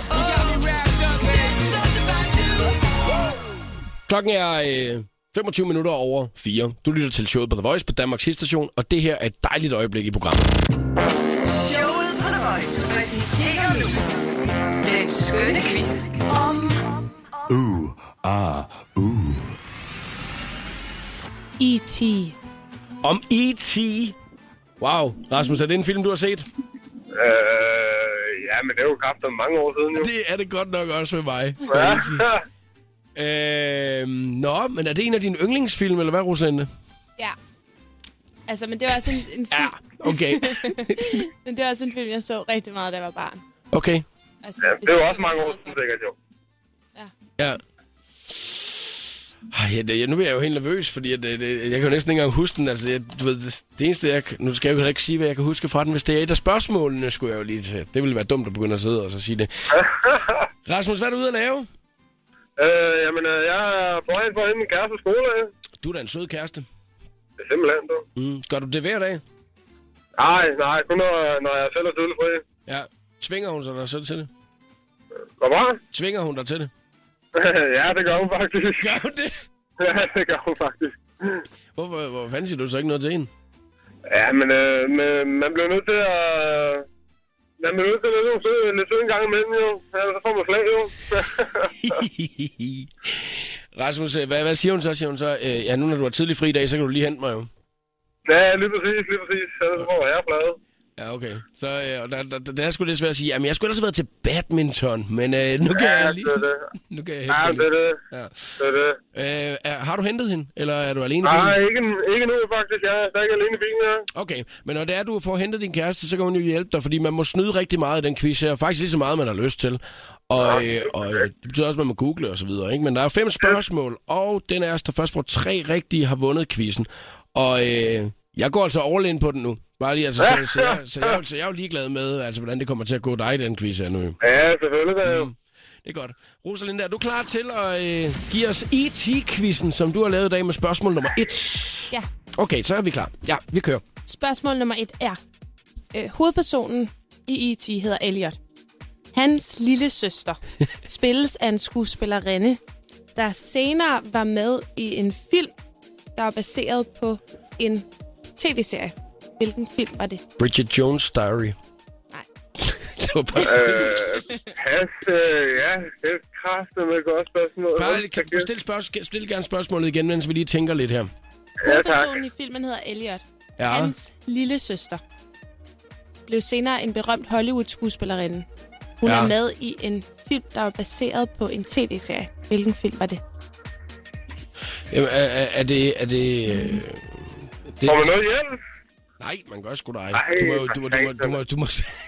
Klokken er øh, femogtyve minutter over fire. Du lytter til showet på The Voice på Danmarks hitstation, og det her er et dejligt øjeblik i programmet. Showet på The Voice præsenterer nu den skønne quiz om Uh, ah, uh. E T Om E T Wow. Rasmus, er det en film, du har set? Øh, ja, men det er jo kraftigt mange år siden, jo. Det er det godt nok også med mig. Ja. øh, nå, men er det en af dine yndlingsfilm, eller hvad, Rosalinde? Ja. Altså, men det var også en, en film... Ja, okay. men det var også en film, jeg så rigtig meget, da jeg var barn. Okay. Altså, Ja, det er jo også mange år siden, sikkert, jo. Ja. Ej, det, nu er jeg jo helt nervøs, fordi at, det, det, jeg kan jo næsten ikke engang huske den. Altså, jeg, du ved, det, det eneste, jeg... Nu skal jeg jo heller ikke sige, hvad jeg kan huske fra den. Hvis det er et af spørgsmålene, skulle jeg jo lige til. Det ville være dumt at begynde at sidde og så sige det. Rasmus, hvad er du ude at lave? Øh, jamen, øh, jeg er på vej for at hente min kæreste skole, ja. Du er da en sød kæreste. Det er simpelthen, du. Mm. Gør du det hver dag? Nej, nej, kun når, når jeg selv er tidlig fri. Ja. Tvinger hun sig dig selv til det? Hvad var? Tvinger hun dig til det? Ja, det gør hun faktisk. Gør hun det? Ja, det gør hun faktisk. Hvorfor, hvor fanden siger du så ikke noget til hende? Ja, men, øh, men man bliver nødt til at... Man bliver nødt til at lidt søge, lidt søge en gang imellem, jo. Ja, så får man slag, jo. Rasmus, hvad, hvad siger hun så? Siger hun så, øh, ja, nu når du har tidlig fri dag, så kan du lige hente mig jo. Ja, lige præcis, lige præcis. Så får jeg flade. Ja, okay. Så øh, der, der, der er sgu lidt svært at sige, jamen jeg skulle ellers have været til badminton, men øh, nu kan ja, jeg lige... det er det. Nu kan jeg hente ja, dig det er det. Ja, det er det. Øh, er, har du hentet hende, eller er du alene i bilen? Nej, ikke, ikke nu faktisk. Jeg er stadig alene i bilen, ja. Okay, men når det er, du får hentet din kæreste, så kan hun jo hjælpe dig, fordi man må snyde rigtig meget i den quiz her. Faktisk lige så meget, man har lyst til. Og, øh, og øh, det betyder også, at man må google og så videre, ikke? Men der er fem spørgsmål, og den er, der først får tre rigtige, har vundet quizzen. Og øh, jeg går altså all in på den nu. Bare lige, altså, så, så, jeg, så, jeg, så jeg er jo ligeglad med, altså, hvordan det kommer til at gå dig i den quiz her nu. Ja, selvfølgelig det er jo. Mm, det er godt. Rosalinde, er du klar til at øh, give os E T-quizzen, som du har lavet i dag med spørgsmål nummer et? Ja. Okay, så er vi klar. Ja, vi kører. Spørgsmål nummer et er, Øh, hovedpersonen i E T hedder Elliot. Hans lille søster spilles af en skuespillerinde, der senere var med i en film, der var baseret på en tv-serie. Hvilken film var det? Bridget Jones' Diary. Nej. Det var bare... Øh, pas, øh, ja, det er kraftigt med et godt spørgsmål. Bare, kan du stille, spørgsmål, stille gerne spørgsmålet igen, mens vi lige tænker lidt her. Hovedpersonen i filmen hedder Elliot. Ja. Hans lille søster blev senere en berømt Hollywood-skuespillerinde. Hun ja. er med i en film, der var baseret på en tv-serie. Hvilken film var det? Jamen, er, er, er det... Er det, øh, det Får man noget hjælp? Nej, man gør sgu da ikke. Du må, du må, du må, du må, du må,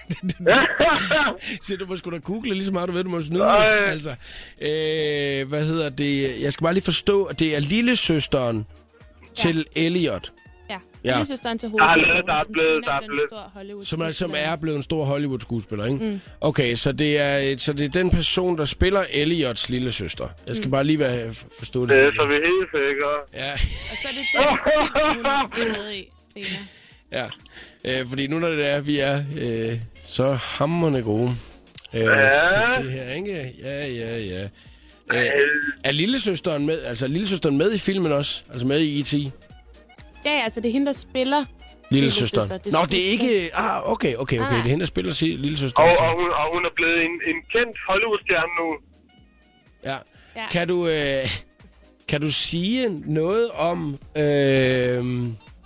så du må sgu da google lige så meget, du ved, du må snyde. Altså, øh, hvad hedder det? Jeg skal bare lige forstå, at det er lillesøsteren ja. til Elliot. Ja, ja. lillesøsteren til hovedpersonen, der er blevet, der er blevet. Som er, som er blevet en stor Hollywood-skuespiller, ikke? Mm. Okay, så det, er, så det er den person, der spiller Elliots lillesøster. Jeg skal mm. bare lige være, forstå det. Det er så vi helt sikre. Ja. Og så er det den film, hun er med i senere. Ja, øh, fordi nu når det er, vi er øh, så hamrende gode øh, ja. til det her, ikke? Ja, ja, ja. Øh, er lillesøsteren med, altså lillesøsteren med i filmen også? Altså med i E T? Ja, ja, altså det er hende, der spiller lillesøsteren. lillesøster. Nå, det er ikke... Ah, okay, okay, okay. Ah. Det er hende, der spiller si- lillesøsteren. Og, og, hun, og hun er blevet en, en kendt Hollywood-stjerne nu. Ja. Ja. Kan du, øh, kan du sige noget om... Øh,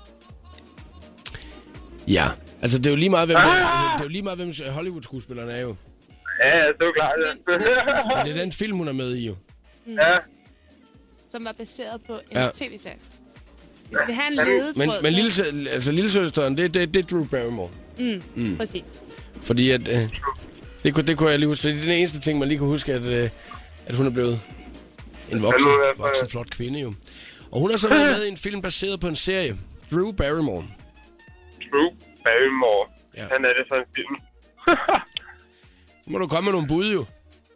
ja, altså det er jo lige meget, hvem, ah. det, det er jo lige meget, hvem Hollywood-skuespillerne er jo. Ja, det er jo klart, ja. Og det er den film, hun er med i jo. Mm. Ja. Som var baseret på en ja. tv-serie. Hvis vi har en ledetråd... Men, men lille, altså, lillesøsteren, det, det, det er Drew Barrymore. Mm, mm. Præcis. Fordi at... Øh, det, kunne, det kunne jeg lige huske. Det er den eneste ting, man lige kunne huske, at, øh, at hun er blevet en voksen, voksen, flot kvinde jo. Og hun har så været med i en film baseret på en serie. Drew Barrymore. Drew Barrymore. Ja. Han er det for en film. Så må du komme med nogle bud jo.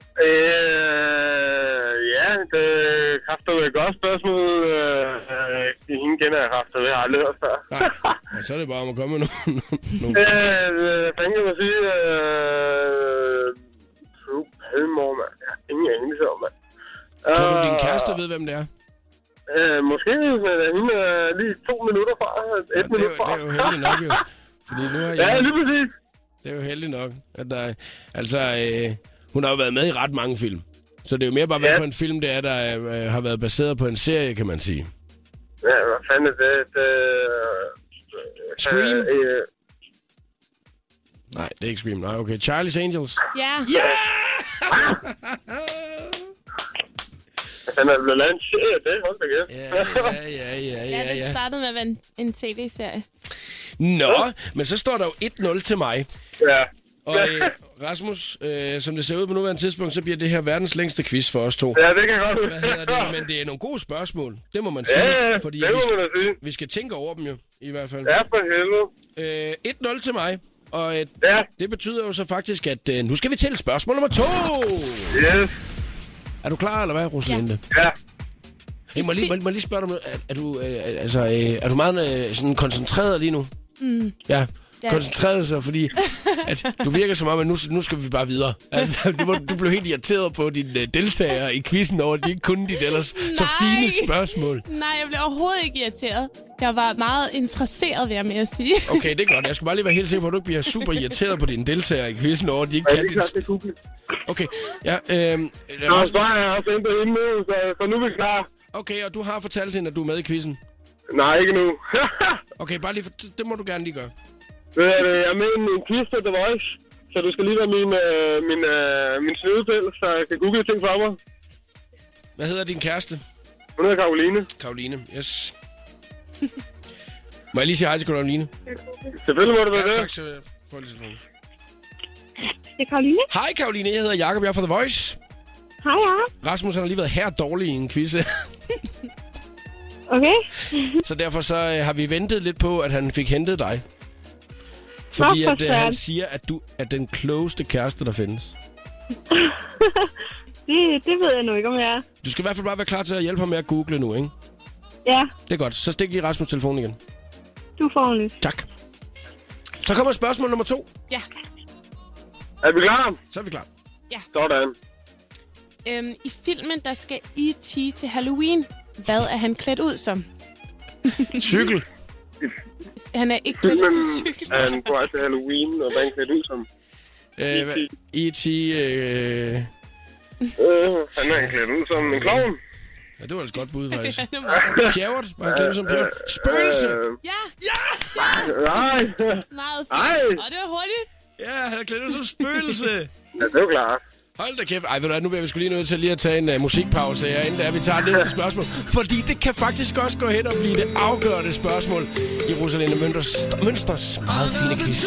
Øh, ja, det kræfter jo et godt spørgsmål. Øh, hende kender jeg kræfter, det har jeg aldrig hørt før. Nej, og så er det bare om at komme med nogle... nogle... Øh, hvad fanden kan man sige? Øh, Drew Barrymore, mand. Jeg har ingen anelse om, mand. Tror du, din kæreste ved, hvem det er? Øh, måske, men hende er lige to minutter fra. Et ja, minut fra. Det er jo heldigt nok, jo. Fordi nu har jeg... Ja, lige præcis. Det er jo heldigt nok, at der er... Altså, øh, hun har jo været med i ret mange film. Så det er jo mere bare, hvad ja. for en film det er, der øh, har været baseret på en serie, kan man sige. Ja, hvad fanden er det? det Scream? Øh, øh, Nej, det er ikke Scream. Nej, okay. Charlie's Angels? Ja. Ja! Han er blevet lavet en serie, det hold da kæft. Ja, ja, ja, ja, ja. Ja, det startede med at være en, en tv-serie. Nå, men så står der jo et nul til mig. Ja. Og øh, Rasmus, øh, som det ser ud på nuværende tidspunkt, så bliver det her verdens længste quiz for os to. Ja, det kan jeg godt. Hvad hedder det? Men det er nogle gode spørgsmål, det må man sige. Ja, fordi det må vi skal, man sige. Vi skal tænke over dem jo, i hvert fald. Ja, for helvede. Øh, et nul til mig, og øh, ja. det betyder jo så faktisk, at øh, nu skal vi til spørgsmål nummer to. Yes. Er du klar, eller hvad, Rosalinde? Ja. ja. Hey, må, jeg lige, må, må jeg lige spørge dig om noget? Er, er, du, øh, altså, øh, er du meget øh, sådan koncentreret lige nu? Mm. Ja. Ja. Koncentreret sig, fordi at du virker som om, at nu, nu skal vi bare videre. Altså, du, du blev helt irriteret på dine deltagere i quizzen over, at de ikke kunne dit ellers Nej. så fine spørgsmål. Nej, jeg blev overhovedet ikke irriteret. Jeg var meget interesseret, vil jeg mere sige. Okay, det er godt. Jeg skal bare lige være helt sikker på, at du ikke bliver super irriteret på dine deltagere i quizzen over, at de ikke ja, kan dit... det Okay, ja. Øh, Nå, så har jeg også endt hende nu, så, så nu er vi klar. Okay, og du har fortalt hende, at du er med i quizzen? Nej, ikke nu. Okay, bare lige for... Det må du gerne lige gøre. Jeg er med i en quiz til The Voice, så du skal lige være min, øh, min, øh, min snydepæl, så jeg kan google ting for mig. Hvad hedder din kæreste? Hun hedder Karoline. Karoline, yes. Må jeg lige sige hej til Karoline? Selvfølgelig må du være ja, det. tak, så får jeg lige telefonen. Det er Karoline. Hej Karoline, jeg hedder Jakob, jeg er fra The Voice. Hej, ja. Rasmus han har lige været her dårlig i en quiz. Okay. Så derfor så øh, har vi ventet lidt på, at han fik hentet dig. Fordi Nå, at, øh, han siger, at du er den klogeste kæreste, der findes. det, det ved jeg nu ikke, om jeg er. Du skal i hvert fald bare være klar til at hjælpe ham med at google nu, ikke? Ja. Det er godt. Så stik lige Rasmus' telefon igen. Du får den. Tak. Så kommer spørgsmål nummer to. Ja. Er vi klar? Så er vi klar. Ja. Sådan. Øhm, I filmen, der skal E T til Halloween. Hvad er han klædt ud som? Cykel. Han er ikke klædt ud som cykel. Er han på vej til Halloween, og hvad er han klædt ud som? Øh, E T Øh... Øh, han er klædt ud som en klovn. Ja, det var et godt bud, faktisk. Pjævert? Var han klædt ud som pjævert? Spøgelse! Ja! Ja! Nej! Meget fint. Ej! Og det var hurtigt. Ja, han er klædt ud som spøgelse. Ja, det er jo klart. Hold da kæft. Ej, ved du hvad, nu bliver vi sgu lige nødt til lige at tage en uh, musikpause her, inden der vi tager næste spørgsmål. Fordi det kan faktisk også gå hen og blive det afgørende spørgsmål i Rosalinde Mønsters, Mønsters meget fine quiz.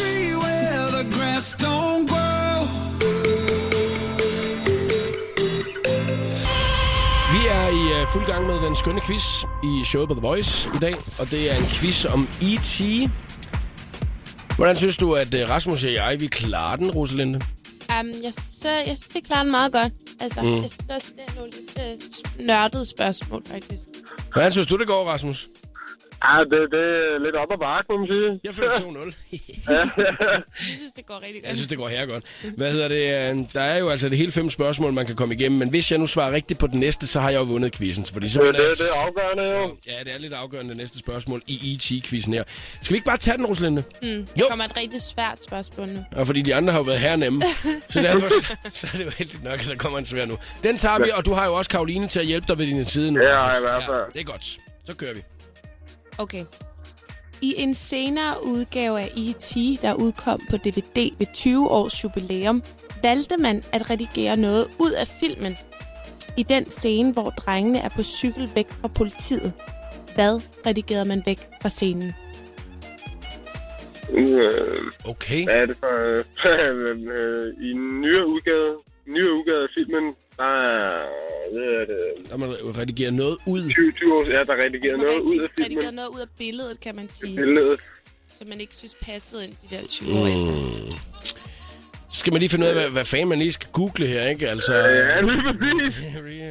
Vi er i uh, fuld gang med den skønne quiz i showet på The Voice i dag, og det er en quiz om E T. Hvordan synes du, at uh, Rasmus og jeg, vi klarer den, Rosalinde? Um, jeg, synes, jeg synes, det klarer den meget godt. Altså, mm. jeg synes også, det er nogle lidt uh, nørdede spørgsmål, faktisk. Hvordan synes du, det går, Rasmus? Ja, det, det er lidt op ad bakke, må man sige. Jeg fører to nul. Jeg synes, det går rigtig godt. Jeg synes, det går her godt. Hvad hedder det? Der er jo altså det hele fem spørgsmål, man kan komme igennem. Men hvis jeg nu svarer rigtigt på den næste, så har jeg jo vundet quizzen. Fordi det, det, det er afgørende, jo. Ja, det er lidt afgørende, det næste spørgsmål i E T-quizzen her. Skal vi ikke bare tage den, Rosalinde? Mm, der kommer et rigtig svært spørgsmål nu. Og fordi de andre har jo været her nemme. Så derfor så er det jo heldigt nok, at der kommer en svær nu. Den tager vi, og du har jo også Karoline til at hjælpe dig ved din side nu. Ja, i hvert fald. Ja, det er godt. Så kører vi. Okay. I en senere udgave af E T, der udkom på D V D ved tyve års jubilæum, valgte man at redigere noget ud af filmen. I den scene, hvor drengene er på cykel væk fra politiet. Hvad redigerede man væk fra scenen? Okay. Hvad er det for... Øh, I en nyere udgave, nyere udgave af filmen, der er... Hvad er det? Der man redigerer noget ud. tyve, tyve år, ja, der redigerer noget ud af filmen. Redigeret noget ud af billedet, kan man sige. Billedet. Som man ikke synes passede ind de der tyve år efter. Mm. Så skal man lige finde ud af, hvad, hvad fanden man lige skal google her, ikke? Altså... Ja, lige præcis.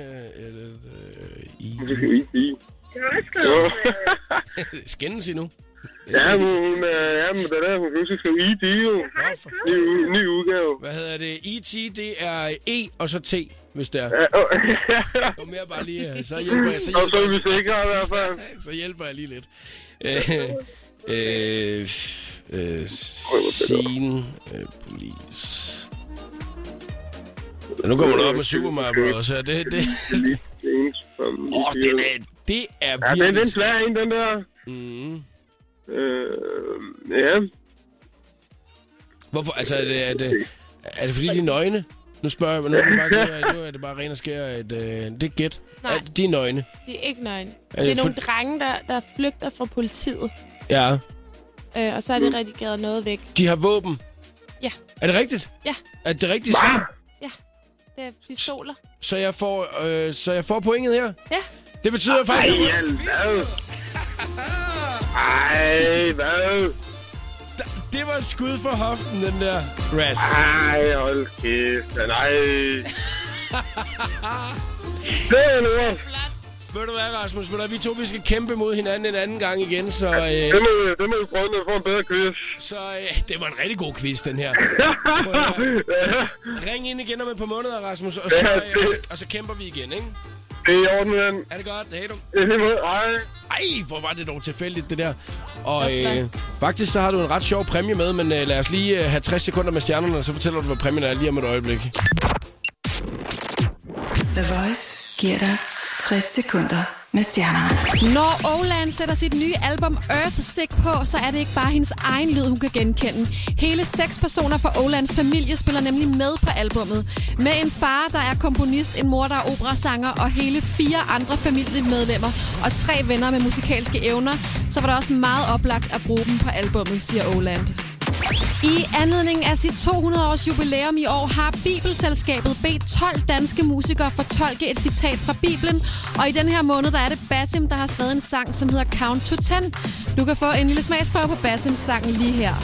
Skændes I nu? Ja, men, ja, men det er der, hun kan skrive E T, jo. Ny, ny udgave. Hvad hedder det? E T, det er E og så T, hvis det er. Og mere bare lige, så hjælper jeg. Så hjælper og så er vi sikre i hvert fald. Så, så hjælper jeg lige lidt. Øh, øh, øh, scene, øh, police. Ja, nu kommer du op med Super Mario Bros. Det, det, det. Åh, oh, den er, det er virkelig... Ja, den er svær en, den der. Mm. Øh, ja. Hvorfor? Altså, er det, er det, er det fordi, de er nøgne? Nu spørger jeg, nu er det bare, nu er det bare ren og skær et... Øh, det er gæt. Nej. Er, de er nøgne. De er ikke nøgne. Er det er det nogle for... drenge, der, der flygter fra politiet. Ja. Øh, og så er det redigeret noget væk. De har våben? Ja. Er det rigtigt? Ja. Er det rigtigt svar? Ja. Det er pistoler. Så jeg får, øh, så jeg får pointet her? Ja. Det betyder Ej, faktisk... Ej, hvad? Ej, hvad? Det var et skud for hoften, den der, Ras. Ej, hold kæft. Nej. Det er noget. Ved du hvad, Rasmus? Ved du, vi to vi skal kæmpe mod hinanden en anden gang igen, så... Øh, det, må, det må vi prøve, når vi får en bedre quiz. Så øh, det var en rigtig god quiz, den her. Prøv, øh, ring ind igen om et par måneder, Rasmus, og så, øh, og så, og så kæmper vi igen, ikke? Det er i orden, den. Er det godt? Hej du. Ej. Ej, hvor var det dog tilfældigt, det der. Og øh, faktisk så har du en ret sjov præmie med, men øh, lad os lige øh, have tres sekunder med stjernerne, og så fortæller du, hvad præmien er lige om et øjeblik. The Voice giver dig tres sekunder med stjernerne. Når Oland sætter sit nye album Earthsick på, så er det ikke bare hendes egen lyd, hun kan genkende. Hele seks personer fra Olands familie spiller nemlig med på albummet. Med en far, der er komponist, en mor, der er operasanger, og hele fire andre familiemedlemmer, og tre venner med musikalske evner, så var det også meget oplagt at bruge dem på albummet, siger Oland. I anledning af sit to hundrede års jubilæum i år har Bibelselskabet bedt tolv danske musikere fortolke et citat fra Bibelen. Og i den her måned, der er det Basim, der har skrevet en sang, som hedder Count to Ten. Du kan få en lille smagsprøve på Basims sang lige her.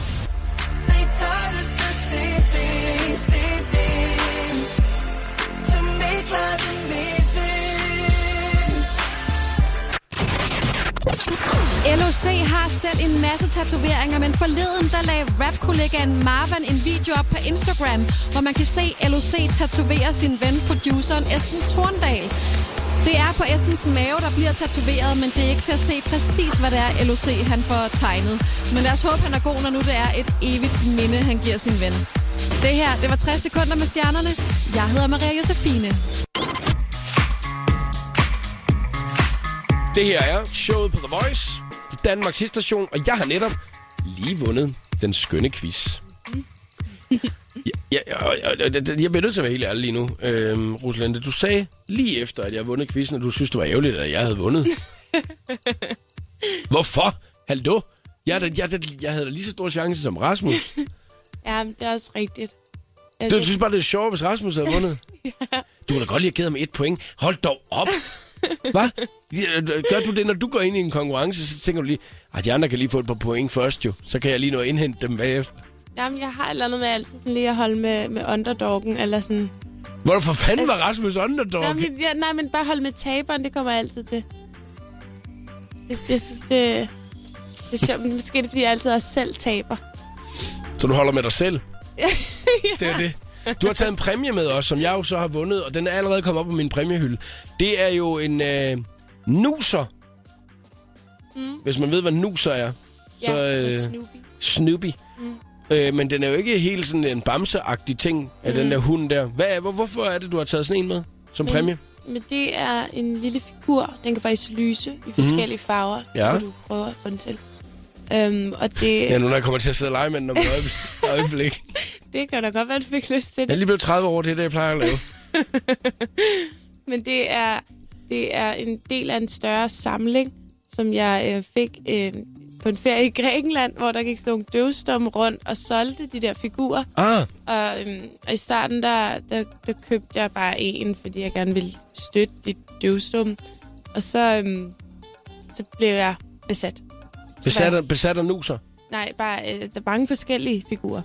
L O L O C har selv en masse tatoveringer, men forleden der lagde rap-kollegaen Marvan en video op på Instagram, hvor man kan se L O C tatovere sin ven, produceren Esben Torndal. Det er på Esbens mave, der bliver tatoveret, men det er ikke til at se præcis, hvad det er L O C han får tegnet. Men lad os håbe, han er god, når nu det er et evigt minde, han giver sin ven. Det her, det var tres sekunder med stjernerne. Jeg hedder Maria Josefine. Det her er showet på The Voice, Danmarks hitstation, og jeg har netop lige vundet den skønne quiz. Jeg, jeg, jeg, jeg, jeg bliver nødt til at være helt ærlig lige nu, øhm, Rosalinde. Du sagde lige efter, at jeg havde vundet quizzen, at du synes, det var ærgerligt, at jeg havde vundet. Hvorfor? Hallo? Jeg, jeg, jeg, jeg havde da lige så stor chance som Rasmus. Ja, det er også rigtigt. Du det... synes bare, det er sjovt, hvis Rasmus havde vundet? Ja. Du kunne da godt lige have givet ham et point. Hold dog op! Hvad? Gør du det, når du går ind i en konkurrence, så tænker du lige, at de andre kan lige få et par point først jo. Så kan jeg lige nå at indhente dem bagefter. Jamen, jeg har et eller andet med altid sådan lige at holde med, med underdoggen, eller sådan... Hvorfor fanden var Rasmus underdog? Jamen, ja, nej, men bare holde med taberen, det kommer jeg altid til. Jeg, jeg synes, det, det er sjovt. Måske er det, fordi jeg altid også selv taber. Så du holder med dig selv? Ja. Det er det. Du har taget en præmie med os, som jeg jo så har vundet, og den er allerede kommet op på min præmiehylde. Det er jo en øh, nuser. Mm. Hvis man ved, hvad nuser er. Så, ja, øh, Snoopy. Snoopy. Mm. Øh, men den er jo ikke helt sådan en bamseagtig ting af mm. den der hund der. Hvad er, hvor, hvorfor er det, du har taget sådan en med som men, præmie? Men det er en lille figur. Den kan faktisk lyse i forskellige mm. farver, ja. når du prøver at få den til. Um, og det... Ja, nu når jeg kommer til at sidde og lege med den om et øjeblik. øjeblik. Det kan da godt være, at du fik lyst til det. Jeg er lige blevet tredive år, det er det, jeg plejer at lave. Men det er, det er en del af en større samling, som jeg øh, fik øh, på en ferie i Grækenland, hvor der gik sådan nogle døvstumme rundt og solgte de der figurer. Ah. Og, øh, og i starten, der, der, der købte jeg bare en, fordi jeg gerne ville støtte de døvstumme. Og så, øh, så blev jeg besat. Besat af, besat af nuser? Nej, bare, øh, der er mange forskellige figurer.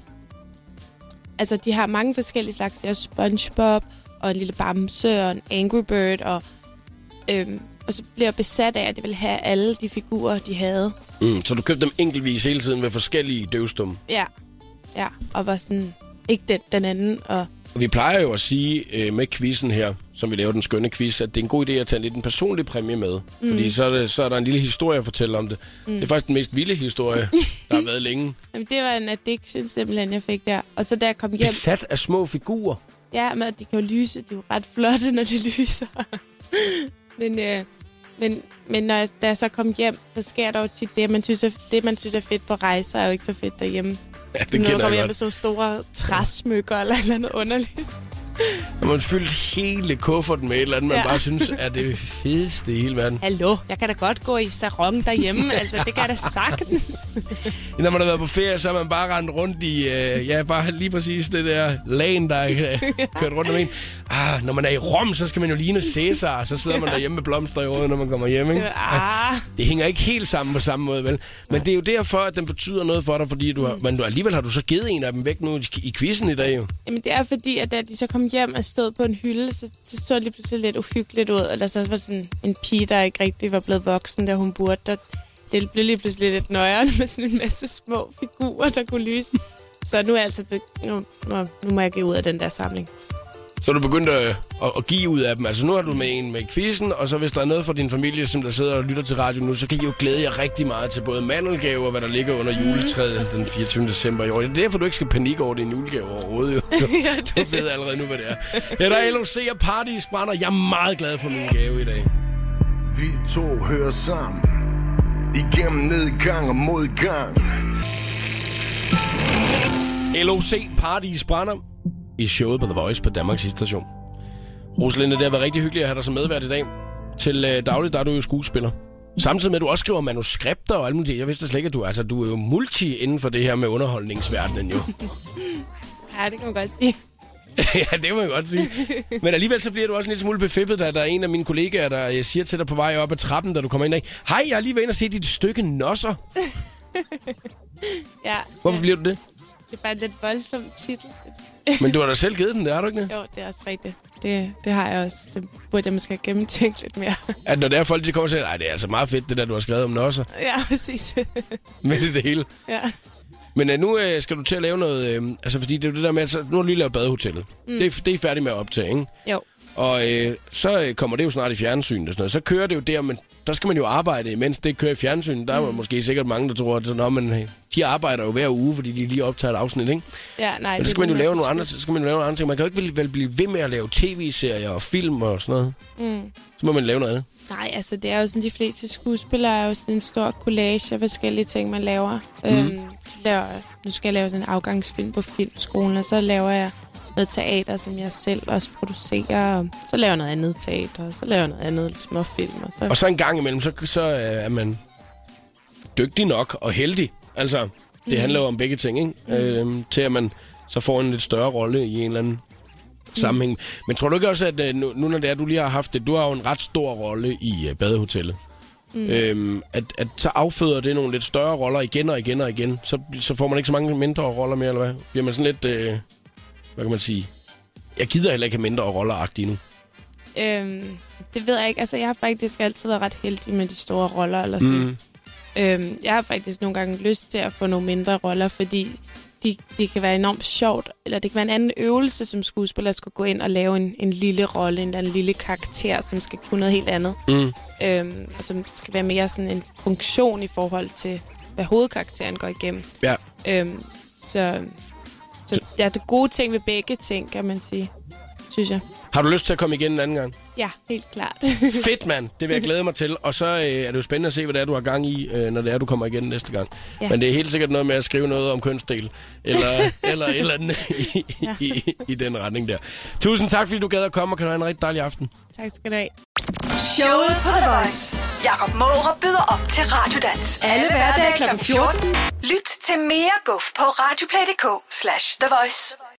Altså, de har mange forskellige slags. Der er SpongeBob, og en lille bamse, og en Angry Bird, og, øhm, og så bliver jeg besat af, at jeg vil have alle de figurer, de havde. Mm, så du købte dem enkeltvis hele tiden med forskellige døvstumme? Ja, ja, og var sådan, ikke den, den anden, og... Vi plejer jo at sige øh, med quizzen her, som vi laver den skønne quiz, at det er en god idé at tage lidt en personlig præmie med. Mm. Fordi så er, det, så er der en lille historie at fortælle om det. Mm. Det er faktisk den mest vilde historie, der har været længe. Jamen, det var en addiction simpelthen, jeg fik der. Og så da jeg kom hjem... Besat af små figurer? Ja, men de kan jo lyse. De er jo ret flotte, når de lyser. men, øh, men, men når jeg, da jeg så kom hjem, så sker der jo tit det, man synes er, det, man synes er fedt på rejser, er jo ikke så fedt derhjemme. Ja, det kender jeg godt. Når jeg med så store træsmykker eller et eller andet underligt. Når man fyldt hele kufferten med et eller andet, man ja. bare synes er det fedeste i hele verden. Hallo, jeg kan da godt gå i sarong derhjemme. Altså, det kan jeg da sagtens. Når man har været på ferie, så har man bare rendt rundt i, øh, ja, bare lige præcis det der lagen, der er kørt rundt om en. Ah, når man er i Rom, så skal man jo ligne Cæsar, så sidder man derhjemme med blomster i rådet, når man kommer hjem, ikke? Ah. Det hænger ikke helt sammen på samme måde, vel? Men det er jo derfor, at den betyder noget for dig, fordi du har, men du, alligevel har du så givet en af dem væk nu i quizzen i dag, jo. Jamen, det er fordi, at da de så kom hjem og stod på en hylde, så, så så det lige pludselig lidt uhyggeligt ud. Eller så var sådan en pige, der ikke rigtig var blevet voksen, da hun burde. Der, det blev lige pludselig lidt nøjeren med sådan en masse små figurer, der kunne lyse. Så nu er jeg altså be- nu, nu, nu må jeg give ud af den der samling. Så er du begyndt at, at, at give ud af dem. Altså nu er du med en med quizzen, og så hvis der er noget fra din familie, som der sidder og lytter til radio nu, så kan I jo glæde jer rigtig meget til både mandelgave og hvad der ligger under juletræet mm, den fireogtyvende december i år. Det er derfor, du ikke skal panikke over det en julegave overhovedet. Jo. Ja, du ved allerede nu, hvad det er. Ja, der er L O C og Paradis Brænder. Jeg er meget glad for min gave i dag. Vi to hører sammen igennem nedgang og modgang. L O C Paradis Brænder i showet på The Voice på Danmarks hitstation. Rosalinde, det har været rigtig hyggeligt at have dig som medvært i dag. Til øh, dagligt, der er du jo skuespiller. Samtidig med, at du også skriver manuskripter og alt muligt. Jeg vidste slet ikke, at du, altså, du er jo multi inden for det her med underholdningsverdenen, jo. Ja, det kan man godt sige. Ja, det kan man godt sige. Men alligevel så bliver du også en lille smule befippet, da der er en af mine kollegaer, der siger til dig på vej op ad trappen, da du kommer ind af. Hej, jeg har lige været inde og set dit stykke Nosser. Ja. Hvorfor bliver du det? Det er bare en lidt voldsom titel. Men du har da selv givet den, det har du ikke det? Jo, det er også rigtigt. Det, det har jeg også. Det burde jeg måske have gennemtænkt lidt mere. At når der er folk, de kommer og siger, nej, det er altså meget fedt, det der, du har skrevet om nosser. Ja, præcis. Med det, det hele. Ja. Men uh, nu uh, skal du til at lave noget, uh, altså fordi det er det der med, altså, nu har du lige lavet Badehotellet. Mm. Det, er, det er færdigt med at optage, ikke? Jo. Og øh, så øh, kommer det jo snart i fjernsynet og sådan noget. Så kører det jo der, men der skal man jo arbejde, imens det kører i fjernsynet. Der er mm. måske sikkert mange, der tror, at nå, men, de arbejder jo hver uge, fordi de lige optager et afsnit, ikke? Ja, nej. Men så skal man jo lave nogle andre, så skal man jo lave nogle andre ting. Man kan jo ikke vel blive ved med at lave tv-serier og film og sådan noget. Mm. Så må man lave noget andet. Nej, altså det er jo sådan, de fleste skuespillere er jo sådan en stor collage af forskellige ting, man laver. Mm. Øhm, så laver nu skal jeg lave sådan en afgangsfilm på filmskolen, og så laver jeg noget teater, som jeg selv også producerer. Og så laver jeg noget andet teater, og så laver jeg noget andet småfilm. Og så, og så en gang imellem, så, så er man dygtig nok og heldig. Altså, det mm. handler jo om begge ting, ikke? Mm. Øhm, til at man så får en lidt større rolle i en eller anden mm. sammenhæng. Men tror du ikke også, at nu, nu når det er, du lige har haft det, du har jo en ret stor rolle i uh, Badehotellet. Mm. Øhm, at, at så afføder det nogle lidt større roller igen og igen og igen. Så, så får man ikke så mange mindre roller mere, eller hvad? Bliver man sådan lidt... Øh, hvad kan man sige? Jeg gider heller ikke have mindre roller-agtige nu. Øhm, det ved jeg ikke. Altså, jeg har faktisk altid været ret heldig med de store roller. Eller sådan. Mm. Øhm, jeg har faktisk nogle gange lyst til at få nogle mindre roller, fordi de, de kan være enormt sjovt. Eller det kan være en anden øvelse, som skuespiller skulle gå ind og lave en, en lille rolle, en eller anden lille karakter, som skal kunne noget helt andet. Mm. Øhm, og som skal være mere sådan en funktion i forhold til, hvad hovedkarakteren går igennem. Ja. Øhm, så... Så der er det gode ting ved begge ting, kan man sige, synes jeg. Har du lyst til at komme igen en anden gang? Ja, helt klart. Fedt, mand. Det vil jeg glæde mig til. Og så øh, er det jo spændende at se, hvad det er, du har gang i, øh, når det er, du kommer igen næste gang. Ja. Men det er helt sikkert noget med at skrive noget om kønsdel. Eller eller, eller i, ja. i, i, i den retning der. Tusind tak, fordi du gad at komme, og kan du have en rigtig dejlig aften. Tak skal du have. Showet på The Voice. Jakob Mårup byder op til Radiodans. Alle hverdage klokken fjorten. Lyt til mere guf på radioplay punktum dk slash The Voice.